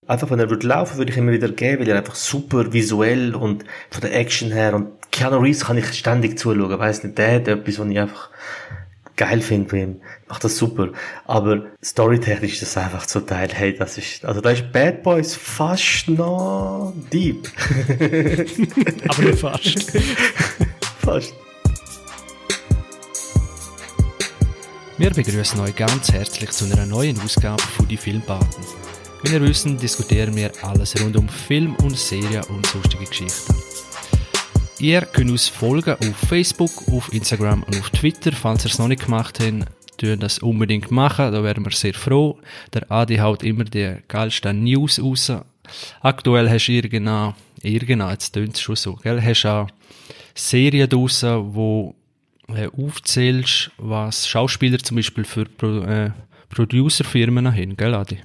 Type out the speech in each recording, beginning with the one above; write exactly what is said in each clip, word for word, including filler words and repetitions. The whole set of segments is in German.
einfach, wenn er würde laufen, würde ich immer wieder geben, weil er einfach super visuell und von der Action her und Keanu Reeves kann ich ständig zuschauen, weiss nicht, der hat etwas, was ich einfach geil finde bei ihm. Macht das super. Aber storytechnisch ist das einfach zum Teil, hey, das ist, also da ist Bad Boys fast noch deep. Aber nicht fast. Fast. Wir begrüßen euch ganz herzlich zu einer neuen Ausgabe von «Die Filmpaten». Wie ihr wisst, diskutieren wir alles rund um Film und Serien und sonstige Geschichten. Ihr könnt uns folgen auf Facebook, auf Instagram und auf Twitter. Falls ihr es noch nicht gemacht habt, tun das unbedingt machen. Da wären wir sehr froh. Der Adi haut immer die geilsten News raus. Aktuell hast du irgendeine, irgendeine, jetzt tönt es schon so, gell? Hast du eine Serie draussen, wo äh, aufzählst, was Schauspieler zum Beispiel für Pro, äh, Producerfirmen haben, gell Adi?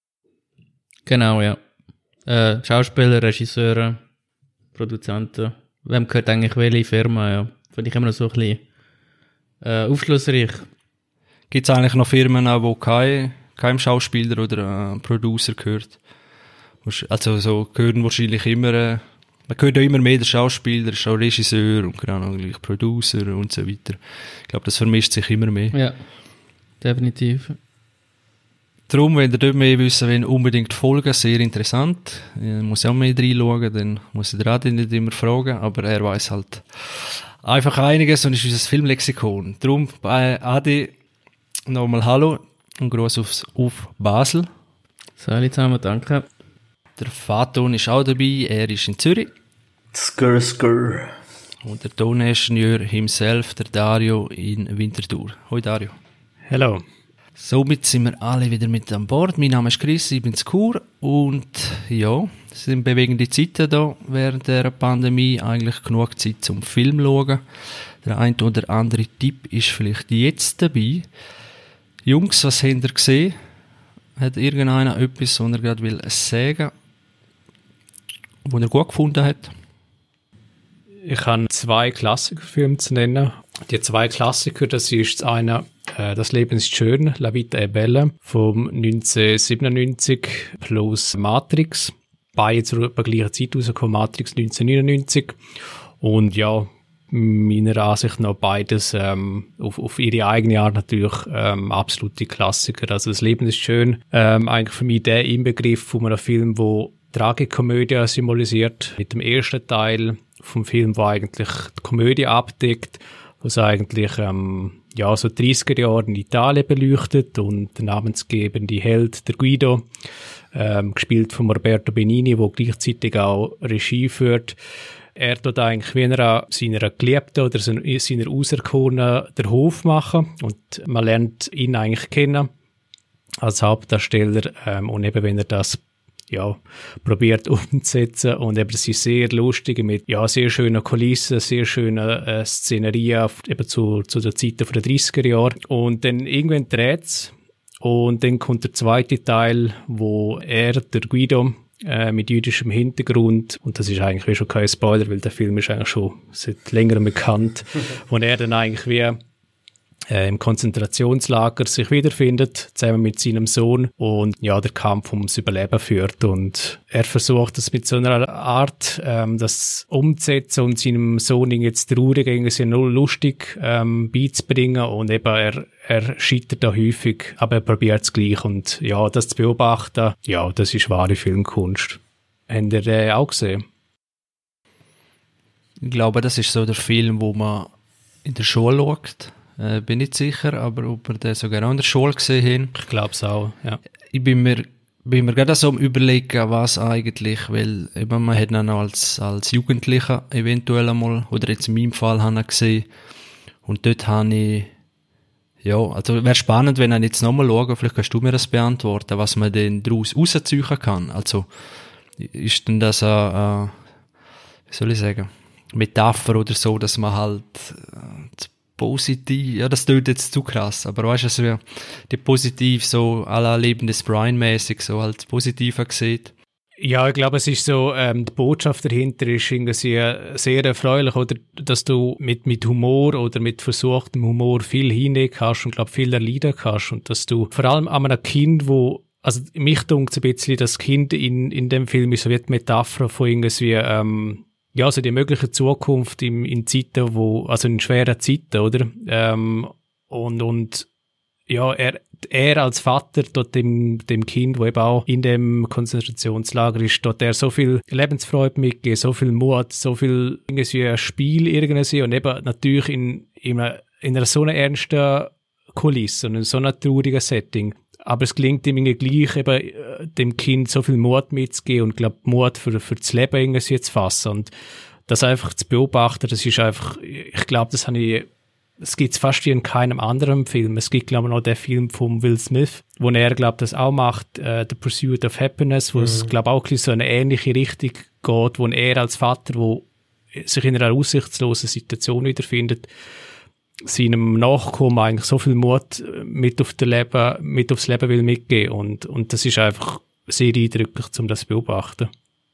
Genau, ja. Äh, Schauspieler, Regisseure, Produzenten. Wem gehört eigentlich welche Firma, ja. Finde ich immer noch so ein bisschen äh, aufschlussreich. Gibt es eigentlich noch Firmen, wo kein, kein Schauspieler oder äh, Producer gehört? Also so gehören wahrscheinlich immer, äh, man gehört auch immer mehr der Schauspieler, ist auch Regisseur und genau gleich Producer und so weiter. Ich glaube, das vermischt sich immer mehr. Ja, definitiv. Darum, wenn ihr dort mehr wissen wollt, unbedingt folgen, sehr interessant. Ich muss auch mehr reinschauen, dann muss ich den Adi nicht immer fragen, aber er weiss halt einfach einiges und ist unser Filmlexikon. Darum bei Adi nochmal Hallo und Gruß aufs, auf Basel. Salut zusammen, danke. Der Faton ist auch dabei, er ist in Zürich. Skur, skur. Und der Toningenieur himself, der Dario, in Winterthur. Hoi Dario. Hello. Somit sind wir alle wieder mit an Bord. Mein Name ist Chris, ich bin in Chur und ja, es sind bewegende Zeiten da während der Pandemie. Eigentlich genug Zeit zum Film zu schauen. Der ein oder andere Tipp ist vielleicht jetzt dabei. Jungs, was habt ihr gesehen? Hat irgendeiner etwas, was er gerade will sagen, was er gut gefunden hat? Ich habe zwei Klassikerfilme zu nennen. Die zwei Klassiker, das ist das eine, äh, «Das Leben ist schön», «La vita è bella» vom neunzehnhundertsiebenundneunzig plus «Matrix». Beide zur gleichen Zeit rausgekommen, «Matrix» neunzehnhundertneunundneunzig. Und ja, meiner Ansicht nach beides ähm, auf, auf ihre eigene Art natürlich ähm, absolute Klassiker. Also «Das Leben ist schön», ähm, eigentlich für mich der Inbegriff von einem Film, wo Tragikomödie symbolisiert, mit dem ersten Teil vom Film, wo eigentlich die Komödie abdeckt, was eigentlich ähm, ja so dreißiger Jahre in Italien beleuchtet und der namensgebende Held, der Guido, ähm, gespielt von Roberto Benigni, wo gleichzeitig auch Regie führt. Er tut eigentlich, wie er seiner Geliebten oder seiner Auserkorenen den Hof machen und man lernt ihn eigentlich kennen als Hauptdarsteller ähm, und eben wenn er das ja, probiert umzusetzen und eben es ist sehr lustig mit ja, sehr schönen Kulissen, sehr schönen äh, Szenerien eben zu, zu der Zeit der dreißiger Jahre und dann irgendwann dreht's und dann kommt der zweite Teil, wo er, der Guido, äh, mit jüdischem Hintergrund, und das ist eigentlich wie schon kein Spoiler, weil der Film ist eigentlich schon seit längerem bekannt, wo er dann eigentlich wie Äh, im Konzentrationslager sich wiederfindet, zusammen mit seinem Sohn und ja, der Kampf ums Überleben führt und er versucht das mit so einer Art, ähm, das umzusetzen und seinem Sohn jetzt traurig, irgendwie null lustig ähm, beizubringen und eben er, er scheitert da häufig, aber er probiert es gleich und ja, das zu beobachten, ja, das ist wahre Filmkunst. Habt ihr den auch gesehen? Ich glaube, das ist so der Film, wo man in der Schule schaut. Äh, bin nicht sicher, aber ob wir den sogar auch in der Schule gesehen haben. Ich glaube es auch, ja. Ich bin mir, bin mir gerade so am Überlegen, was eigentlich, weil eben man hat ihn noch als, als Jugendlicher eventuell einmal, oder jetzt in meinem Fall habe ich gesehen. Und dort habe ich, ja, also wäre spannend, wenn ich jetzt nochmal schaue, vielleicht kannst du mir das beantworten, was man denn daraus rausziehen kann. Also, ist denn das eine, eine wie soll ich sagen, Metapher oder so, dass man halt äh, positiv, ja, das klingt jetzt zu krass, aber weißt du, also, die positiv so à la Leben des Brian-mäßig so halt positiver sieht. Ja, ich glaube, es ist so, ähm, die Botschaft dahinter ist irgendwie sehr, sehr erfreulich, oder, dass du mit, mit Humor oder mit versuchtem Humor viel hinnehmen kannst und, glaube viel erleiden kannst und dass du vor allem an einem Kind, wo also mich dunkt ein bisschen, das Kind in, in dem Film ist so wie die Metapher von irgendwie, ähm, ja, also die mögliche Zukunft in, in Zeiten, wo, also in schweren Zeiten, oder? Ähm, und, und, ja, er, er als Vater dort dem, dem Kind, wo eben auch in dem Konzentrationslager ist, dort er so viel Lebensfreude mitgeben, so viel Mut, so viel irgendwie Spiel irgendwie und eben natürlich in, in, einer, in einer so einer ernsten Kulisse und in so einem traurigen Setting. Aber es gelingt ihm irgendwie gleich eben, dem Kind so viel Mut mitzugeben und, glaube Mut für, für das Leben irgendwie zu fassen. Und das einfach zu beobachten, das ist einfach, ich glaube, das habe ich, es gibt es fast wie in keinem anderen Film. Es gibt, glaube ich, noch den Film von Will Smith, wo er, glaube ich, das auch macht, äh, The Pursuit of Happiness, wo mhm. es, glaube ich, auch so eine ähnliche Richtung geht, wo er als Vater, wo sich in einer aussichtslosen Situation wiederfindet, seinem Nachkommen eigentlich so viel Mut mit, auf der Leben, mit aufs Leben will mitgeben. Und, und das ist einfach sehr eindrücklich, um das zu beobachten.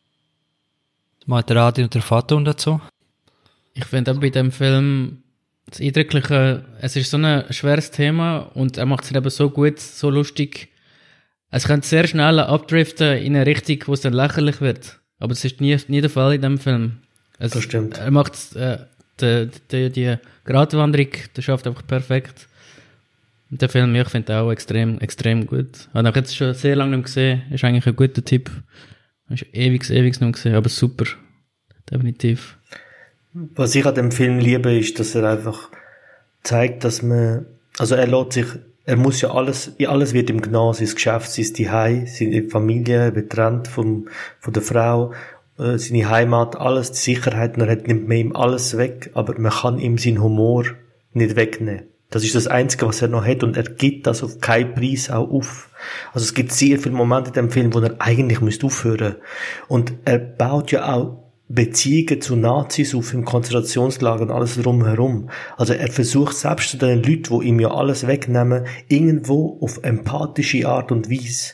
Meint der Adi und der Vater und dazu? Ich finde auch bei dem Film das Eindrückliche, es ist so ein schweres Thema und er macht es eben so gut, so lustig. Es könnte sehr schnell abdriften in eine Richtung, wo es dann lächerlich wird. Aber das ist nie, nie der Fall in dem Film. Es, das stimmt. Er macht äh, die, die, die Gratwanderung, das schafft einfach perfekt. Und der Film, ich finde auch extrem, extrem gut. Habe ich jetzt schon sehr lange nicht gesehen. Ist eigentlich ein guter Tipp. Habe ich ewig, ewig nicht gesehen, aber super. Definitiv. Was ich an dem Film liebe, ist, dass er einfach zeigt, dass man, also er lässt sich, er muss ja alles, alles wird ihm genommen, sein Geschäft, sein Zuhause, seine Familie, getrennt vom, von der Frau, äh, seine Heimat, alles, die Sicherheit, und er hat, nimmt man ihm alles weg, aber man kann ihm seinen Humor nicht wegnehmen. Das ist das Einzige, was er noch hat, und er gibt das auf keinen Preis auch auf. Also es gibt sehr viele Momente in dem Film, wo er eigentlich müsste aufhören. Und er baut ja auch Beziehungen zu Nazis auf im Konzentrationslager und alles drumherum. Also er versucht selbst zu den Leuten, die ihm ja alles wegnehmen, irgendwo auf empathische Art und Weise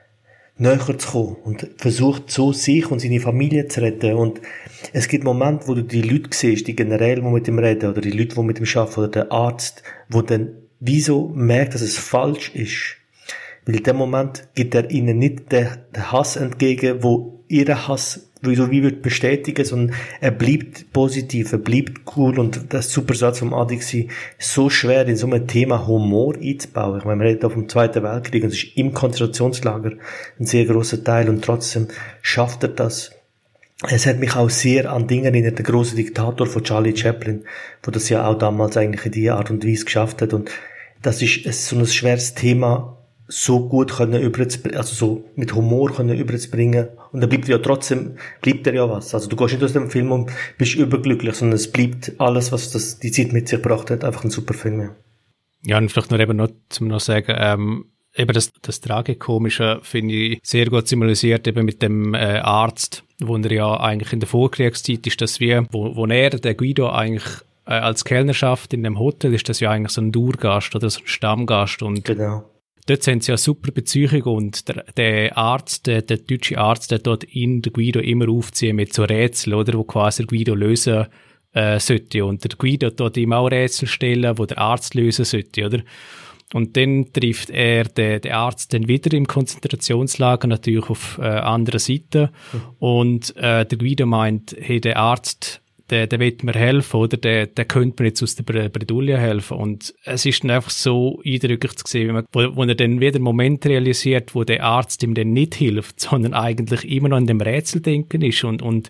näher zu kommen und versucht so sich und seine Familie zu retten. Und es gibt Momente, wo du die Leute siehst, die Generäle, die mit ihm reden, oder die Leute, die mit ihm arbeiten, oder der Arzt, wo dann wieso merkt, dass es falsch ist. Weil in dem Moment gibt er ihnen nicht den, den Hass entgegen, wo ihr Hass so wie wird bestätigen, sondern er bleibt positiv, er bleibt cool, und das super Satz vom Adi war, so schwer in so einem Thema Humor einzubauen. Ich meine, wir reden da vom Zweiten Weltkrieg und es ist im Konzentrationslager ein sehr grosser Teil, und trotzdem schafft er das. Es hat mich auch sehr an Dinge erinnert, der große Diktator von Charlie Chaplin, wo das ja auch damals eigentlich in dieser Art und Weise geschafft hat, und das ist so ein schweres Thema, so gut können überzubringen, also so mit Humor können überzubringen, und dann bleibt ja trotzdem, bleibt er ja was. Also du gehst nicht aus dem Film und bist überglücklich, sondern es bleibt alles, was das, die Zeit mit sich gebracht hat, einfach ein super Film, ja. Ja, und vielleicht noch eben noch, zum noch sagen, ähm, eben das, das Tragikomische finde ich sehr gut symbolisiert eben mit dem äh, Arzt, wo er ja eigentlich in der Vorkriegszeit ist, das wie, wo, wo er, der Guido, eigentlich äh, als Kellnerschaft in dem Hotel ist, das ja eigentlich so ein Dauergast oder so ein Stammgast, und genau. Dort sind sie ja super Beziehung, und der, der Arzt, der, der deutsche Arzt, der dort in der Guido immer aufziehen mit so Rätseln, oder, wo quasi der Guido lösen äh, sollte. Und der Guido dort ihm auch Rätsel stellen, wo der Arzt lösen sollte, oder? Und dann trifft er den, den Arzt dann wieder im Konzentrationslager, natürlich auf äh, anderer Seite. Mhm. Und äh, der Guido meint, hey, der Arzt, der, der will mir helfen, oder? Der, der könnte mir jetzt aus der Bredouille helfen. Und es ist dann einfach so eindrücklich zu sehen, wie man, wo, wo er dann wieder einen Moment realisiert, wo der Arzt ihm dann nicht hilft, sondern eigentlich immer noch an dem Rätseldenken ist, und, und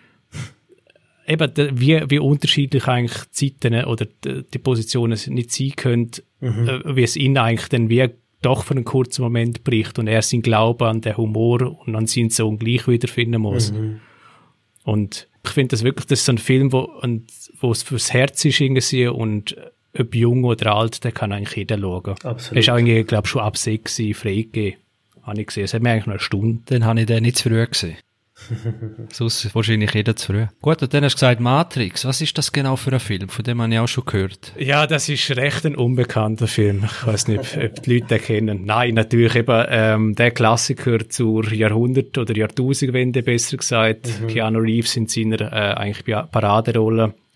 eben, wie, wie unterschiedlich eigentlich die Zeiten oder die, die Positionen nicht sein können, mhm. äh, wie es ihn eigentlich dann wie doch für einen kurzen Moment bricht und er seinen Glauben an den Humor und an seinen Sohn gleich wiederfinden muss. Mhm. Und ich finde das wirklich, das ist so ein Film, wo, und, wo es fürs Herz ist irgendwie, und ob jung oder alt, der kann eigentlich jeder schauen. Absolut. Er ist auch irgendwie, glaube ich, schon ab sechs freigegeben. Habe ich gesehen. Es hat mir eigentlich noch eine Stunde. Dann habe ich den nicht zu früh gesehen. Sonst wahrscheinlich jeder zu früh. Gut, und dann hast du gesagt Matrix. Was ist das genau für ein Film? Von dem habe ich auch schon gehört. Ja, das ist recht ein unbekannter Film. Ich weiß nicht, ob die Leute den kennen. Nein, natürlich eben ähm, der Klassiker zur Jahrhundert- oder Jahrtausendwende, besser gesagt. Mhm. Keanu Reeves in seiner äh, eigentlich Paraderolle.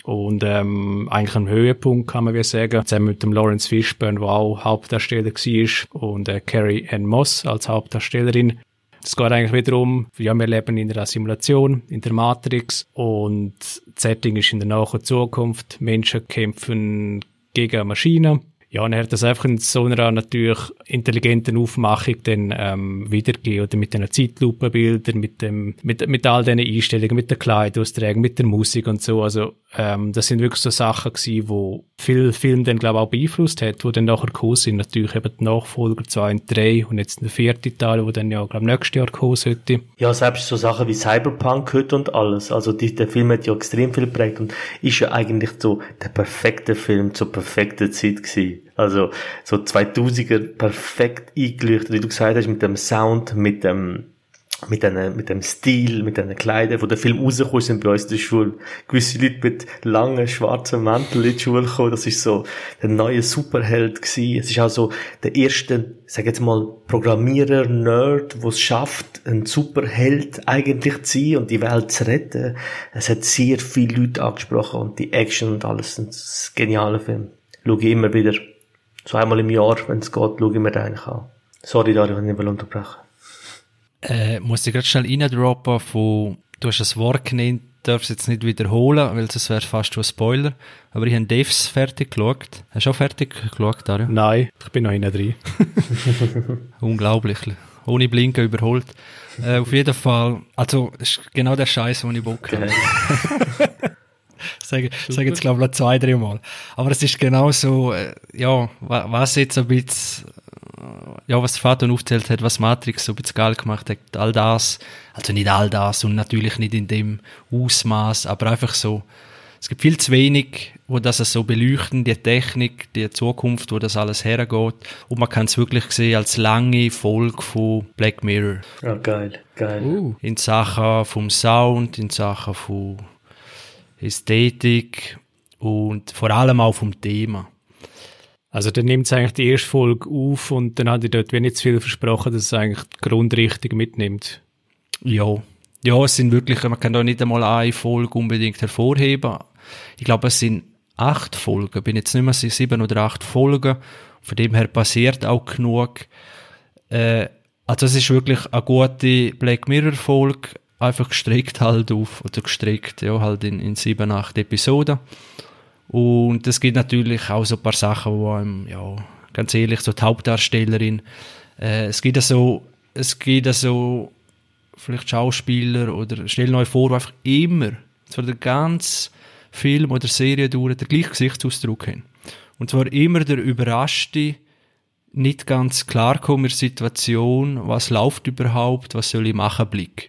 und ähm, eigentlich ein Höhepunkt, kann man wie sagen, zusammen mit dem Lawrence Fishburne, der auch Hauptdarsteller war, und äh, Carrie Ann Moss als Hauptdarstellerin. Es geht eigentlich wieder um, ja, wir leben in einer Simulation, in der Matrix, und das Setting ist in der nahen Zukunft. Menschen kämpfen gegen Maschinen. Ja, und er hat das einfach in so einer natürlich intelligenten Aufmachung dann ähm, wiedergegeben, oder mit den Zeitlupenbildern, mit dem, mit, mit all diesen Einstellungen, mit den Kleidungsträgen, mit der Musik und so. Also ähm, das sind wirklich so Sachen gewesen, wo viel Film dann, glaube ich, auch beeinflusst hat, wo dann nachher gekommen sind. Natürlich eben die Nachfolger zwei und drei und jetzt der vierte Teil, wo dann ja, glaube ich, nächstes Jahr kommen sollte. Ja, selbst so Sachen wie Cyberpunk heute und alles. Also die, der Film hat ja extrem viel geprägt und ist ja eigentlich so der perfekte Film zur perfekten Zeit gewesen. Also so zweitausender perfekt eingeleuchtet, wie du gesagt hast, mit dem Sound, mit dem mit dem, mit dem Stil, mit den Kleidern, wo der Film rausgekommen ist, sind bei uns in der Schule gewisse Leute mit langen schwarzen Mänteln in die Schule gekommen. Das ist so der neue Superheld gewesen. Es ist auch so der erste, sag jetzt mal, Programmierer, Nerd, der es schafft, ein Superheld eigentlich zu sein und die Welt zu retten. Es hat sehr viele Leute angesprochen und die Action und alles. Das ist ein genialer Film. Schau ich immer wieder. So einmal im Jahr, wenn es geht, schaue ich mir den eigentlich an. Sorry, Dario, ich will nicht unterbrechen. Äh, muss ich gerade schnell reindroppen von, du hast das Wort genannt, darf es jetzt nicht wiederholen, weil das wäre fast schon ein Spoiler, aber ich habe Devs fertig geschaut. Hast du auch fertig geschaut, Dario? Nein, ich bin noch hinten drin. Unglaublich. Ohne Blinken überholt. Äh, auf jeden Fall, also, das ist genau der Scheiß, den ich Bock habe. Sage sag jetzt, glaube ich, noch zwei, drei Mal. Aber es ist genau so, äh, ja, was jetzt ein bisschen, ja, was der Vater aufgezählt hat, was Matrix so ein bisschen geil gemacht hat, all das, also nicht all das und natürlich nicht in dem Ausmaß, aber einfach so, es gibt viel zu wenig, wo das so beleuchten, die Technik, die Zukunft, wo das alles hergeht, und man kann es wirklich sehen als lange Folge von Black Mirror. Ja, geil, geil. Uh. In Sachen vom Sound, in Sachen von Ästhetik und vor allem auch vom Thema. Also dann nimmt es eigentlich die erste Folge auf und dann hat ich dort wenig zu viel versprochen, dass es eigentlich die Grundrichtung mitnimmt. Ja, ja, es sind wirklich, man kann da nicht einmal eine Folge unbedingt hervorheben. Ich glaube, es sind acht Folgen, bin jetzt nicht mehr sieben oder acht Folgen. Von dem her passiert auch genug. Äh, also es ist wirklich eine gute Black Mirror Folge, einfach gestrickt halt auf, oder gestrickt, ja, halt in, in sieben, acht Episoden. Und es gibt natürlich auch so ein paar Sachen, wo einem, ja, ganz ehrlich, so die Hauptdarstellerin, äh, es gibt so, es gibt so, vielleicht Schauspieler oder stell neu vor, die einfach immer, zwar der ganze Film oder Serie durch, den gleichen Gesichtsausdruck haben. Und zwar immer der überraschte, nicht ganz klarkommen in der Situation, was läuft überhaupt, was soll ich machen, Blick.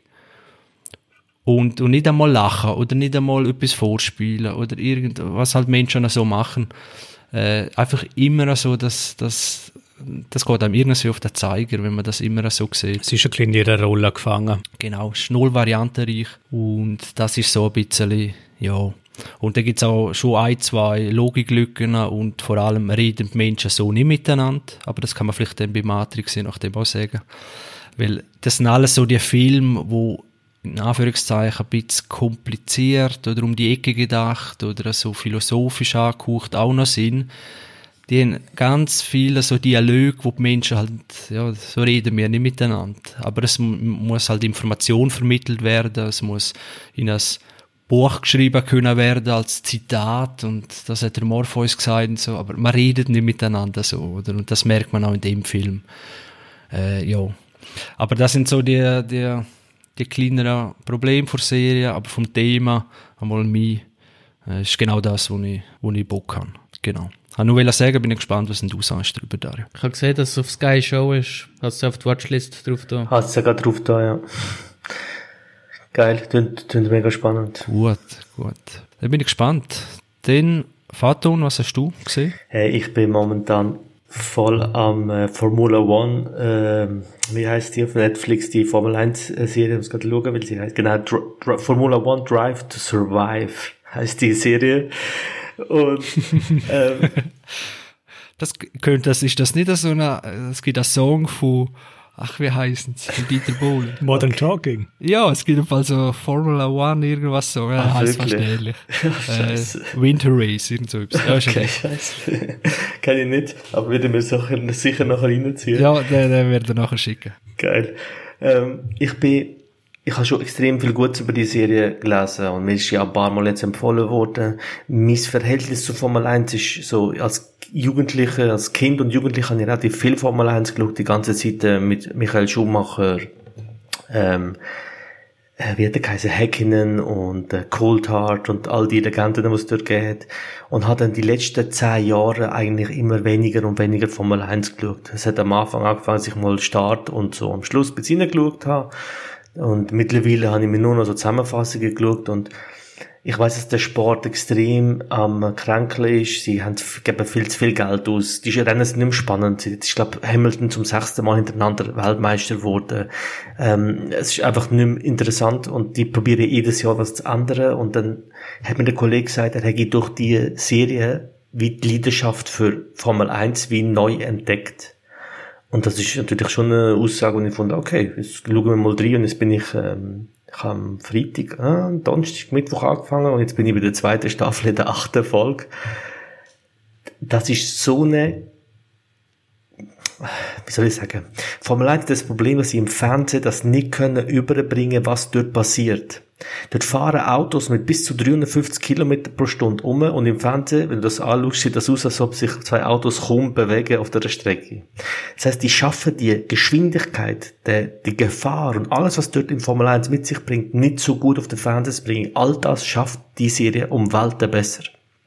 Und, und nicht einmal lachen oder nicht einmal etwas vorspielen oder irgend, was halt Menschen so machen. Äh, einfach immer so, dass, dass, das geht einem irgendwie auf den Zeiger, wenn man das immer so sieht. Es ist ein bisschen in ihrer Rolle gefangen. Genau, es ist null variantenreich und das ist so ein bisschen, ja. Und da gibt es auch schon ein, zwei Logiklücken und vor allem reden die Menschen so nicht miteinander, aber das kann man vielleicht dann bei Matrix je nachdem auch sagen. Weil das sind alles so die Filme, wo in Anführungszeichen ein bisschen kompliziert oder um die Ecke gedacht oder so philosophisch angehaucht auch noch sind. Die haben ganz viele so Dialoge, wo die Menschen halt, ja, so reden wir nicht miteinander. Aber es muss halt Information vermittelt werden, es muss in ein Buch geschrieben können werden als Zitat und das hat der Morpheus gesagt und so, aber man redet nicht miteinander so, oder? Und das merkt man auch in dem Film. Äh, ja. Aber das sind so die, die die kleineren Probleme der Serie, aber vom Thema einmal mich, äh, ist genau das, wo ich, wo ich Bock habe. Genau. Ich wollte nur sagen, bin ich gespannt, was du sagst darüber, Dario. Ich habe gesehen, dass es auf Sky Show ist. Hast du auf die Watchlist drauf da? Hast du ja gerade drauf da, ja. Geil, klingt, klingt mega spannend. Gut, gut. Dann bin ich gespannt. Dann, Faton, was hast du gesehen? Hey, ich bin momentan voll am äh, Formula One, äh, wie heißt die auf Netflix, die Formel eins Serie, ich muss gerade schauen, weil sie heißt, genau, Dr- Dr- Formula One Drive to Survive heißt die Serie. Und, ähm, das könnte, das ist das nicht so eine, es gibt einen Song von ach, wie heißen sie? Dieter Bohlen. Modern Talking. Ja, es gibt auf so Formula One, irgendwas so. Ja, Ach, heißt wirklich? fast ähnlich. Scheiße. Äh, Winter Race, irgend so etwas. Ja, ist Okay, okay. scheiße. Kenn ich nicht, aber würde mir sicher, sicher nachher reinziehen. Ja, den, den werden wir nachher schicken. Geil. Ähm, ich bin, ich habe schon extrem viel Gutes über die Serie gelesen und mir ist ja ein paar Mal jetzt empfohlen worden. Mein Verhältnis zu Formel eins ist so, als Jugendliche, als Kind und Jugendliche habe ich relativ viel Formel eins geschaut, die ganze Zeit äh, mit Michael Schumacher, ähm, äh, wie hat der geheißen, Häkkinen und äh, Coulthard und all die Legenden, die es dort geht. Und hat dann die letzten zehn Jahre eigentlich immer weniger und weniger Formel eins geschaut. Es hat am Anfang angefangen, dass ich mal Start und so am Schluss bis hineingeschaut habe. Und mittlerweile habe ich mir nur noch so Zusammenfassungen geschaut und ich weiss, dass der Sport extrem am ähm, kränkeln ist. Sie haben, geben viel zu viel Geld aus. Die Rennen sind nicht mehr spannend. Jetzt ist, glaube Hamilton zum sechsten Mal hintereinander Weltmeister geworden. Ähm, es ist einfach nicht mehr interessant und die probieren jedes Jahr was zu ändern. Und dann hat mir der Kollege gesagt, er hätte durch die Serie wie die Leidenschaft für Formel eins wie neu entdeckt. Und das ist natürlich schon eine Aussage, und ich fand, okay, jetzt schauen wir mal rein und jetzt bin ich, ähm, ich habe am Freitag, ah, Donnerstag, Mittwoch angefangen und jetzt bin ich bei der zweiten Staffel in der achten Folge. Das ist so eine, wie soll ich sagen, Formel eins hat das Problem, dass sie im Fernsehen das nicht können überbringen, was dort passiert. Dort fahren Autos mit bis zu dreihundertfünfzig Kilometer pro Stunde um und im Fernsehen, wenn du das anschaust, sieht das aus, als ob sich zwei Autos kaum bewegen auf der Strecke. Das heisst, die schaffen die Geschwindigkeit, die, die Gefahr und alles, was dort in Formel eins mit sich bringt, nicht so gut auf den Fernseher zu bringen. All das schafft die Serie um Welten besser.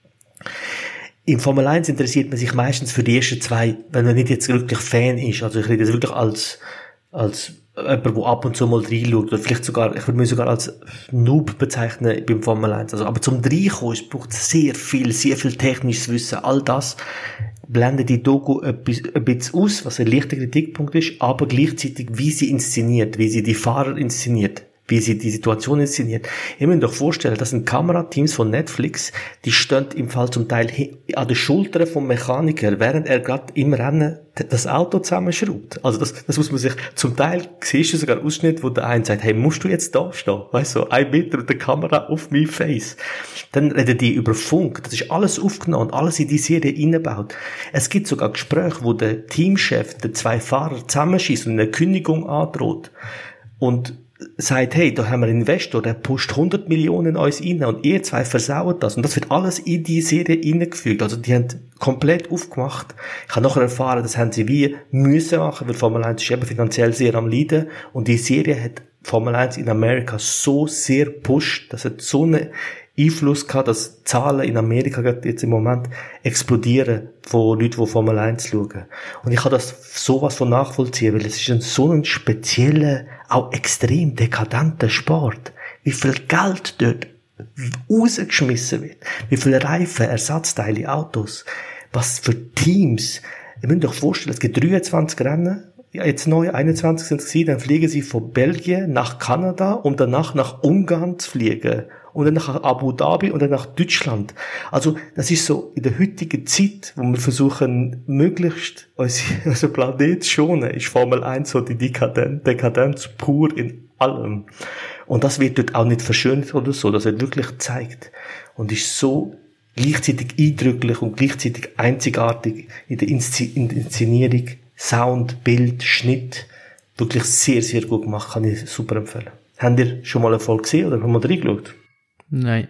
Im Formel eins interessiert man sich meistens für die ersten zwei, wenn man nicht jetzt wirklich Fan ist. Also ich rede jetzt wirklich als, als jemand, der ab und zu mal reinschaut, oder vielleicht sogar, ich würde mich sogar als Noob bezeichnen beim Formel eins. Also, aber zum Reinkommen, es braucht sehr viel, sehr viel technisches Wissen. All das blendet die Doku ein bisschen aus, was ein leichter Kritikpunkt ist, aber gleichzeitig, wie sie inszeniert, wie sie die Fahrer inszeniert, wie sie die Situation inszeniert. Ihr müsst euch vorstellen, das sind Kamerateams von Netflix, die stehen im Fall zum Teil an den Schultern vom Mechaniker, während er gerade im Rennen das Auto zusammenschraubt. Also das, das muss man sich, zum Teil siehst du sogar Ausschnitt, wo der eine sagt, hey, musst du jetzt da stehen? Weißt du, so, ein Meter mit der Kamera auf mein Face. Dann reden die über Funk, das ist alles aufgenommen und alles in die Serie eingebaut. Es gibt sogar Gespräche, wo der Teamchef den zwei Fahrer zusammenschießt und eine Kündigung androht. Und sagt, hey, da haben wir einen Investor, der pusht hundert Millionen in uns rein und ihr zwei versaut das. Und das wird alles in die Serie reingefügt. Also die haben komplett aufgemacht. Ich habe nachher erfahren, das haben sie wie müssen machen, weil Formel eins ist eben finanziell sehr am Leiden. Und die Serie hat Formel eins in Amerika so sehr pusht, dass es so einen Einfluss gehabt, dass Zahlen in Amerika jetzt im Moment explodieren von Leuten, die Formel eins schauen. Und ich kann das sowas von nachvollziehen, weil es ist ein so ein spezieller, auch extrem dekadenter Sport. Wie viel Geld dort rausgeschmissen wird. Wie viele Reifen, Ersatzteile, Autos. Was für Teams. Ihr müsst euch vorstellen, es gibt dreiundzwanzig Rennen. Ja, jetzt neu, einundzwanzig sind es gewesen, dann fliegen sie von Belgien nach Kanada, um danach nach Ungarn zu fliegen. Und dann nach Abu Dhabi und dann nach Deutschland. Also, das ist so in der heutigen Zeit, wo wir versuchen, möglichst unseren Planet zu schonen, ist Formel eins so die Dekadenz, Dekadenz pur in allem. Und das wird dort auch nicht verschönert oder so, das wird wirklich gezeigt. Und ist so gleichzeitig eindrücklich und gleichzeitig einzigartig in der Inszenierung, Sound, Bild, Schnitt. Wirklich sehr, sehr gut gemacht, kann ich super empfehlen. Habt ihr schon mal eine Folge gesehen oder haben wir reingeschaut? Nein.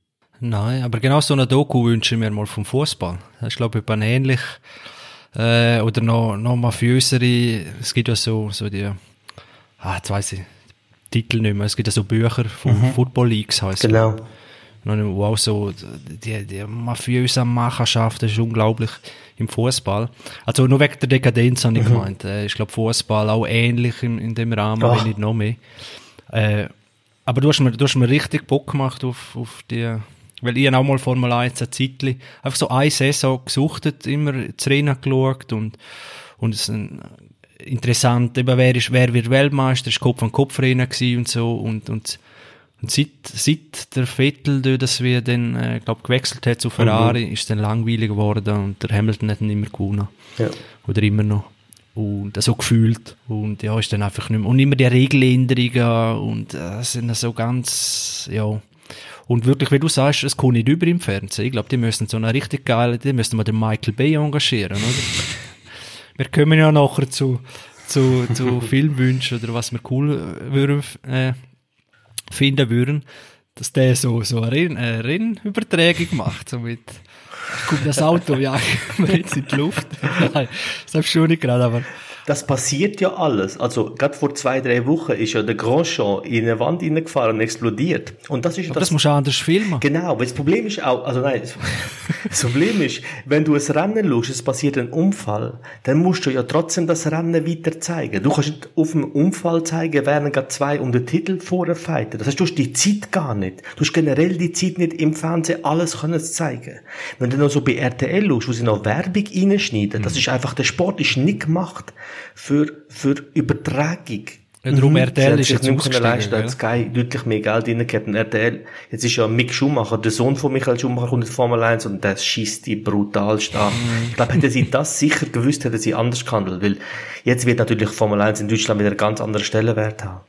Nein, aber genau so eine Doku wünsche ich mir mal vom Fußball. Das ist, glaube ich, ein ähnlich, äh, oder noch, noch mafiösere, es gibt ja so, so die, ah, jetzt weiss ich, Titel nicht mehr, es gibt ja so Bücher von mhm. Football Leagues, heisst es. Genau. Wo auch so, die, die mafiöse Machenschaft, das ist unglaublich im Fußball. Also nur wegen der Dekadenz habe ich mhm. gemeint. Äh, ich glaube, Fußball auch ähnlich in, in dem Rahmen, Ach. wenn nicht noch mehr. Äh, aber du hast mir, du hast mir richtig Bock gemacht auf, auf die, weil ich auch mal Formel eins ein Zeitchen, einfach so eine Saison gesuchtet, immer das Rennen geschaut und, und es ist interessant, eben wer ist, wer wird Weltmeister, ist Kopf an Kopf Rennen gewesen und so und, und, und seit, seit der Vettel, dass wir dann, äh, glaub, gewechselt hat zu Ferrari, mhm. ist es dann langweilig geworden und der Hamilton hat ihn immer gewonnen. Ja. Oder immer noch. Und so gefühlt. Und ja, ist dann einfach nicht mehr. Und immer die Regeländerungen und äh, sind so ganz, ja. Und wirklich, wie du sagst, es kommt nicht über im Fernsehen. Ich glaube, die müssen so eine richtig geile, die müssen wir den Michael Bay engagieren, oder? Wir kommen ja nachher zu, zu, zu Filmwünschen oder was wir cool würden, äh, finden würden, dass der so, so eine Renn, äh, Rennübertragung macht, so mit, kommt das Auto, ja, jetzt in die Luft. Nein, das habe ich schon nicht gerade, aber. Das passiert ja alles. Also, gerade vor zwei, drei Wochen ist ja der Grosjean in eine Wand hineingefahren und explodiert. Und das ist aber das. Das musst du anders filmen. Genau, weil das Problem ist auch, also nein, das Problem ist, wenn du ein Rennen schaust, es passiert ein Unfall, dann musst du ja trotzdem das Rennen weiter zeigen. Du kannst nicht auf dem Unfall zeigen, während gerade zwei um den Titel vorher fighten. Das heißt, du hast die Zeit gar nicht. Du hast generell die Zeit nicht im Fernsehen alles können zeigen. Wenn du noch so bei R T L schaust, wo sie noch Werbung reinschneiden, mhm. das ist einfach, der Sport ist nicht gemacht für, für Übertragung. Ja, darum mhm. R T L ist jetzt ausgestiegen. leisten, hat Sky deutlich mehr Geld reingegeben. Und R T L, jetzt ist ja Mick Schumacher, der Sohn von Michael Schumacher, kommt in die Formel eins und der schießt die brutal stark. Mhm. Ich glaube, hätten sie das sicher gewusst, hätten sie anders gehandelt, weil jetzt wird natürlich Formel eins in Deutschland wieder einen ganz anderen Stellenwert haben.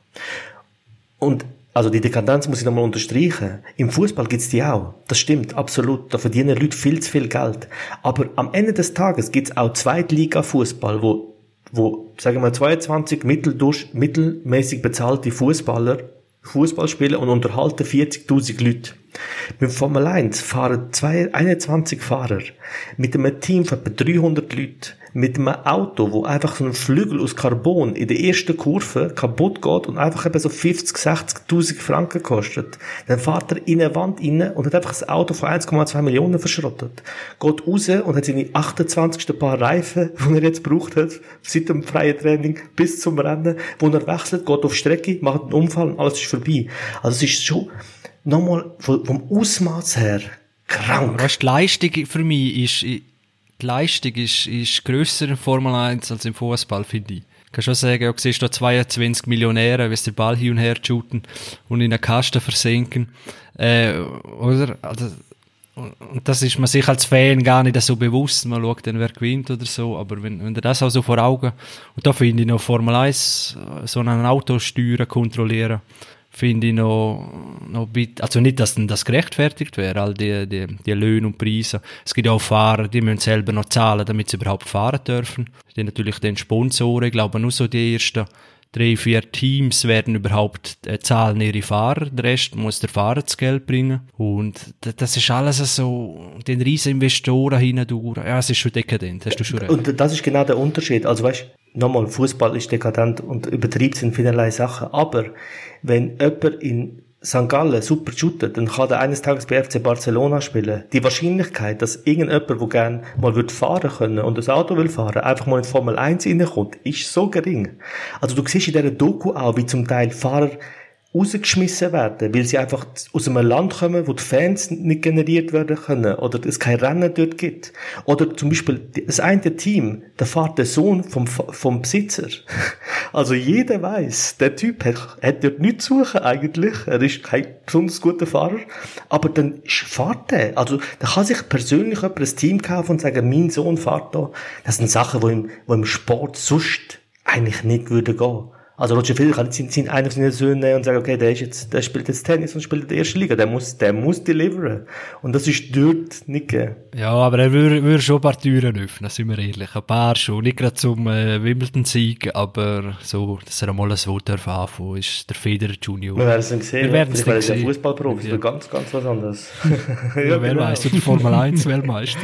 Und also die Dekadenz muss ich nochmal unterstreichen. Im Fußball gibt's die auch. Das stimmt, absolut. Da verdienen Leute viel zu viel Geld. Aber am Ende des Tages gibt's auch Zweitliga-Fußball, wo, wo, sagen wir, zweiundzwanzig mitteldurch, mittelmäßig bezahlte Fußballer Fußball spielen und unterhalten vierzigtausend Leute. Mit Formel eins fahren zwei, einundzwanzig Fahrer mit einem Team von etwa dreihundert Leuten, mit einem Auto, wo einfach so ein Flügel aus Carbon in der ersten Kurve kaputt geht und einfach eben so fünfzig, sechzigtausend Franken kostet. Dann fährt er in eine Wand rein und hat einfach das Auto von eins Komma zwei Millionen verschrottet. Geht raus und hat seine achtundzwanzigsten Paar Reifen, die er jetzt gebraucht hat, seit dem freien Training bis zum Rennen, wo er wechselt, geht auf Strecke, macht einen Unfall und alles ist vorbei. Also es ist schon nochmal vom Ausmaß her krank. Weißt, die Leistung für mich ist, die Leistung ist, ist grösser in Formel eins als im Fußball, finde ich. Ich kann schon sagen, du siehst da zweiundzwanzig Millionäre, wie sie den Ball hin und her shooten und in einen Kasten versenken. Äh, oder? Also, und das ist man sich als Fan gar nicht so bewusst. Man schaut dann, wer gewinnt oder so. Aber wenn, wenn du das auch so vor Augen, und da finde ich noch Formel eins, so ein Auto steuern, kontrollieren, finde ich noch, noch bit, also nicht, dass denn das gerechtfertigt wäre, all die, die, die Löhne und Preise. Es gibt ja auch Fahrer, die müssen selber noch zahlen, damit sie überhaupt fahren dürfen. Die natürlich den Sponsoren, ich glaube nur so die ersten drei, vier Teams werden überhaupt äh, zahlen ihre Fahrer, der Rest muss der Fahrer das Geld bringen. Und das ist alles so, den riesen Investoren hindurch. Ja, es ist schon dekadent, hast du schon recht. Und das ist genau der Unterschied. Also weißt, nochmal, Fußball ist dekadent und übertreibt in vielerlei Sachen. Aber wenn jemand in Sankt Gallen super shootet, dann kann er eines Tages bei F C Barcelona spielen. Die Wahrscheinlichkeit, dass irgendjemand, der gerne mal wird fahren können und das Auto will fahren, einfach mal in Formel eins reinkommt, ist so gering. Also du siehst in dieser Doku auch, wie zum Teil Fahrer rausgeschmissen werden, weil sie einfach aus einem Land kommen, wo die Fans nicht generiert werden können oder es kein Rennen dort gibt. Oder zum Beispiel das eine Team, da fährt der Sohn vom, vom Besitzer. Also jeder weiß, der Typ hat, hat dort nichts zu suchen eigentlich. Er ist kein besonders guter Fahrer. Aber dann fährt er. Also da kann sich persönlich jemand ein Team kaufen und sagen, mein Sohn fährt da. Das sind Sachen, die im, die im Sport sonst eigentlich nicht würden gehen. Also Roger Federer kann nicht seinen einen seiner Söhne nehmen und sagen, okay, der ist jetzt, der spielt jetzt Tennis und spielt in der ersten Liga. Der muss, der muss deliveren. Und das ist dort nicht gegeben. Ja, aber er würde, würde schon ein paar Türen öffnen, sind wir ehrlich. Ein paar schon. Nicht gerade zum äh, Wimbledon-Sieg, aber so, dass er einmal ein Wort anfangen ist der Federer Junior. Wir werden es dann sehen. Wir werden es dann sehen. Fußballprofi, ja. Ganz, ganz was anderes. ja, ja, wer genau. Weiss, du der Formel eins Weltmeister.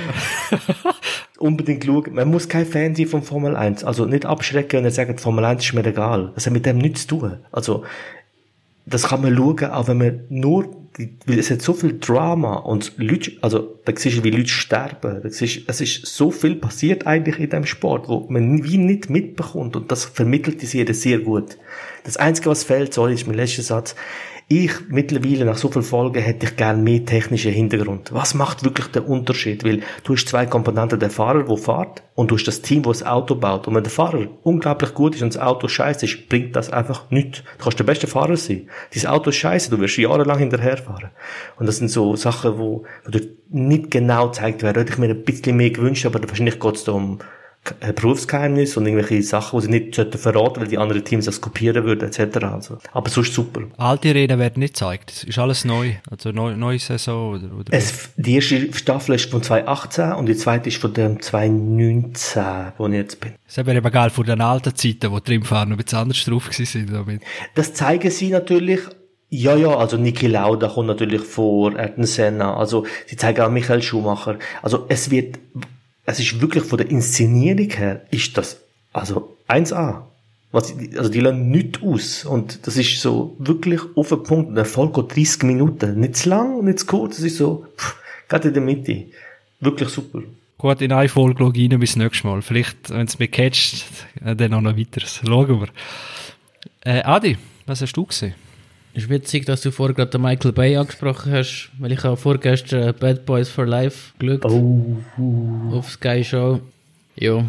Unbedingt schauen. Man muss kein Fan sein von Formel eins. Also nicht abschrecken und nicht sagen, Formel eins ist mir egal. Das hat mit dem nichts zu tun. Also, das kann man schauen, auch wenn man nur, weil es hat so viel Drama und Leute, also, da siehst du, wie Leute sterben. Da siehst du, es ist so viel passiert eigentlich in diesem Sport, wo man wie nicht mitbekommt und das vermittelt die Serie sehr gut. Das Einzige, was fehlt, sorry, ist mein letzter Satz, ich mittlerweile, nach so vielen Folgen, hätte ich gern mehr technischen Hintergrund. Was macht wirklich den Unterschied? Weil du hast zwei Komponenten, der Fahrer, der fährt, und du hast das Team, das das Auto baut. Und wenn der Fahrer unglaublich gut ist und das Auto scheiße ist, bringt das einfach nichts. Du kannst der beste Fahrer sein. Dein Auto ist scheiße, du wirst jahrelang hinterherfahren. Und das sind so Sachen, wo, wo dir nicht genau gezeigt werden. Hätte ich mir ein bisschen mehr gewünscht, aber wahrscheinlich geht es da um, äh, Berufsgeheimnisse und irgendwelche Sachen, die sie nicht sollten verraten, weil die anderen Teams das kopieren würden, et cetera. Also, aber sonst super. Alte Reden werden nicht gezeigt. Es ist alles neu. Also neu, neue Saison oder, oder es, die erste Staffel ist von zwanzig achtzehn und die zweite ist von dem zwanzig neunzehn, wo ich jetzt bin. Das wäre eben geil von den alten Zeiten, wo die Rimfahrer noch ein bisschen anders drauf gewesen sind. Das zeigen sie natürlich. Ja, ja, also Niki Lauda kommt natürlich vor, Ayrton Senna, also sie zeigen auch Michael Schumacher. Also es wird, es ist wirklich von der Inszenierung her, ist das, also eins A. Was, also die lassen nichts aus und das ist so wirklich auf den Punkt. Der Erfolg geht dreißig Minuten, nicht zu lang, nicht zu kurz, es ist so, pff, gerade in der Mitte. Wirklich super. Gut, in eine Folge schaue ich rein bis nächstes Mal. Vielleicht, wenn es mich catcht, dann noch ein weiteres. Schauen wir. Äh, Adi, was hast du gesehen? Es ist witzig, dass du vorher gerade den Michael Bay angesprochen hast, weil ich habe vorgestern Bad Boys for Life geschaut. Oh. Auf Sky Show. Ja.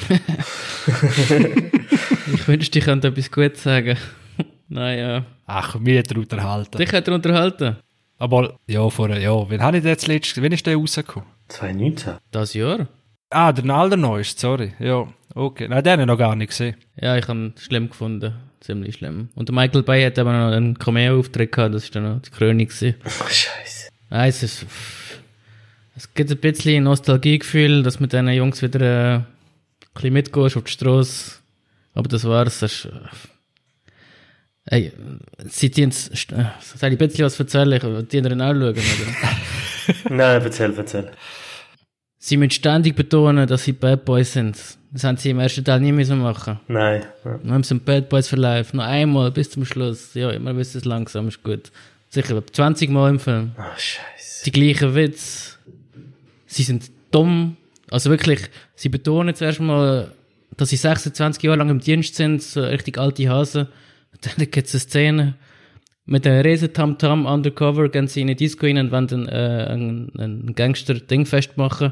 Ich wünschte, ich könnte etwas Gutes sagen. Naja. Ach, mir hat er unterhalten. Dich hat er unterhalten? Aber, ja, vorher, ja. Wann habe ich den jetzt letztes, wann ist der rausgekommen? zwanzig neunzehn. Das Jahr? Ah, der Nalder neueste, sorry. Ja, okay. Nein, den habe ich noch gar nicht gesehen. Ja, ich habe ihn schlimm gefunden. Ziemlich schlimm. Und der Michael Bay hat aber noch einen Cameo-Auftritt gehabt, das war dann noch die Krönung. Ach, Scheiße. Nein, es ist, es gibt ein bisschen Nostalgiegefühl, dass mit diesen Jungs wieder äh, ein bisschen mitgehst auf die Strasse. Aber das war's. Das ist, äh, ey, sie tun es, äh, soll ich ein bisschen was erzählen? Ich die anderen auch schauen, oder? Nein, erzähl, erzähl. Sie müssen ständig betonen, dass sie Bad Boys sind. Das haben sie im ersten Teil nie müssen machen. Nein. Ja. Dann haben sie Bad Boys for Life. Noch einmal bis zum Schluss. Ja, immer wissen es langsam, ist gut. Sicher zwanzig Mal im Film. Ach, Scheiße. Die gleichen Witze. Sie sind dumm. Also wirklich, sie betonen zuerst mal, dass sie sechsundzwanzig Jahre lang im Dienst sind, so richtig alte Hasen. Dann gibt es eine Szene mit einem riesen Tamtam undercover, gehen sie in eine Disco rein und wollen äh, einen, einen Gangster-Ding festmachen.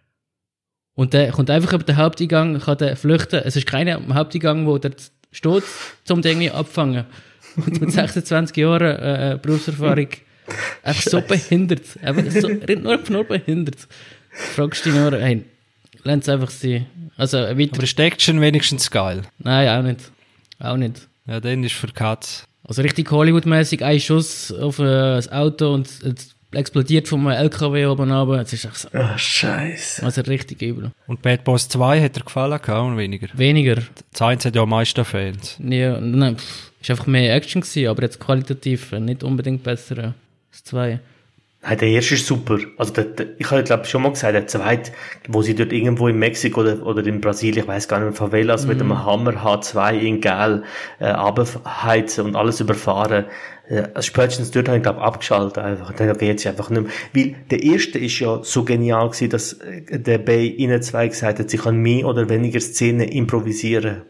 Und der kommt einfach über den Haupteingang, kann der flüchten. Es ist keiner am Haupteingang, wo der steht, um den irgendwie abfangen. Und mit sechsundzwanzig Jahren äh, Berufserfahrung einfach so behindert. Einfach so, nur, nur behindert. Fragst du dich nur, hey, lass es einfach sein. Also, weiter. Aber ist die Action wenigstens geil? Nein, auch nicht. Auch nicht. Ja, dann ist für Katz. Also richtig Hollywood-mäßig, ein Schuss auf äh, das Auto und es explodiert vom L K W oben runter. Es ist echt so. Ach, Scheiße. Also richtig übel. Und Bad Boys zwei hat dir gefallen gehabt, und weniger? Weniger. Das eins hat ja am meisten Fans. Ja, nein, pff, ist einfach mehr Action gewesen, aber jetzt qualitativ nicht unbedingt besser als das zwei. Nein, der erste ist super. Also der, der, ich habe glaube schon mal gesagt, der zweite, wo sie dort irgendwo in Mexiko oder, oder in Brasilien, ich weiß gar nicht mehr, Favelas, mm. mit einem Hammer H zwei in Gel äh, runterheizen und alles überfahren. Äh, also spätestens dort habe ich glaube abgeschaltet einfach. Dann geht es einfach nicht mehr. Weil der erste ist ja so genial gewesen, dass äh, der Bay ihnen zwei gesagt hat, sie kann mehr oder weniger Szenen improvisieren.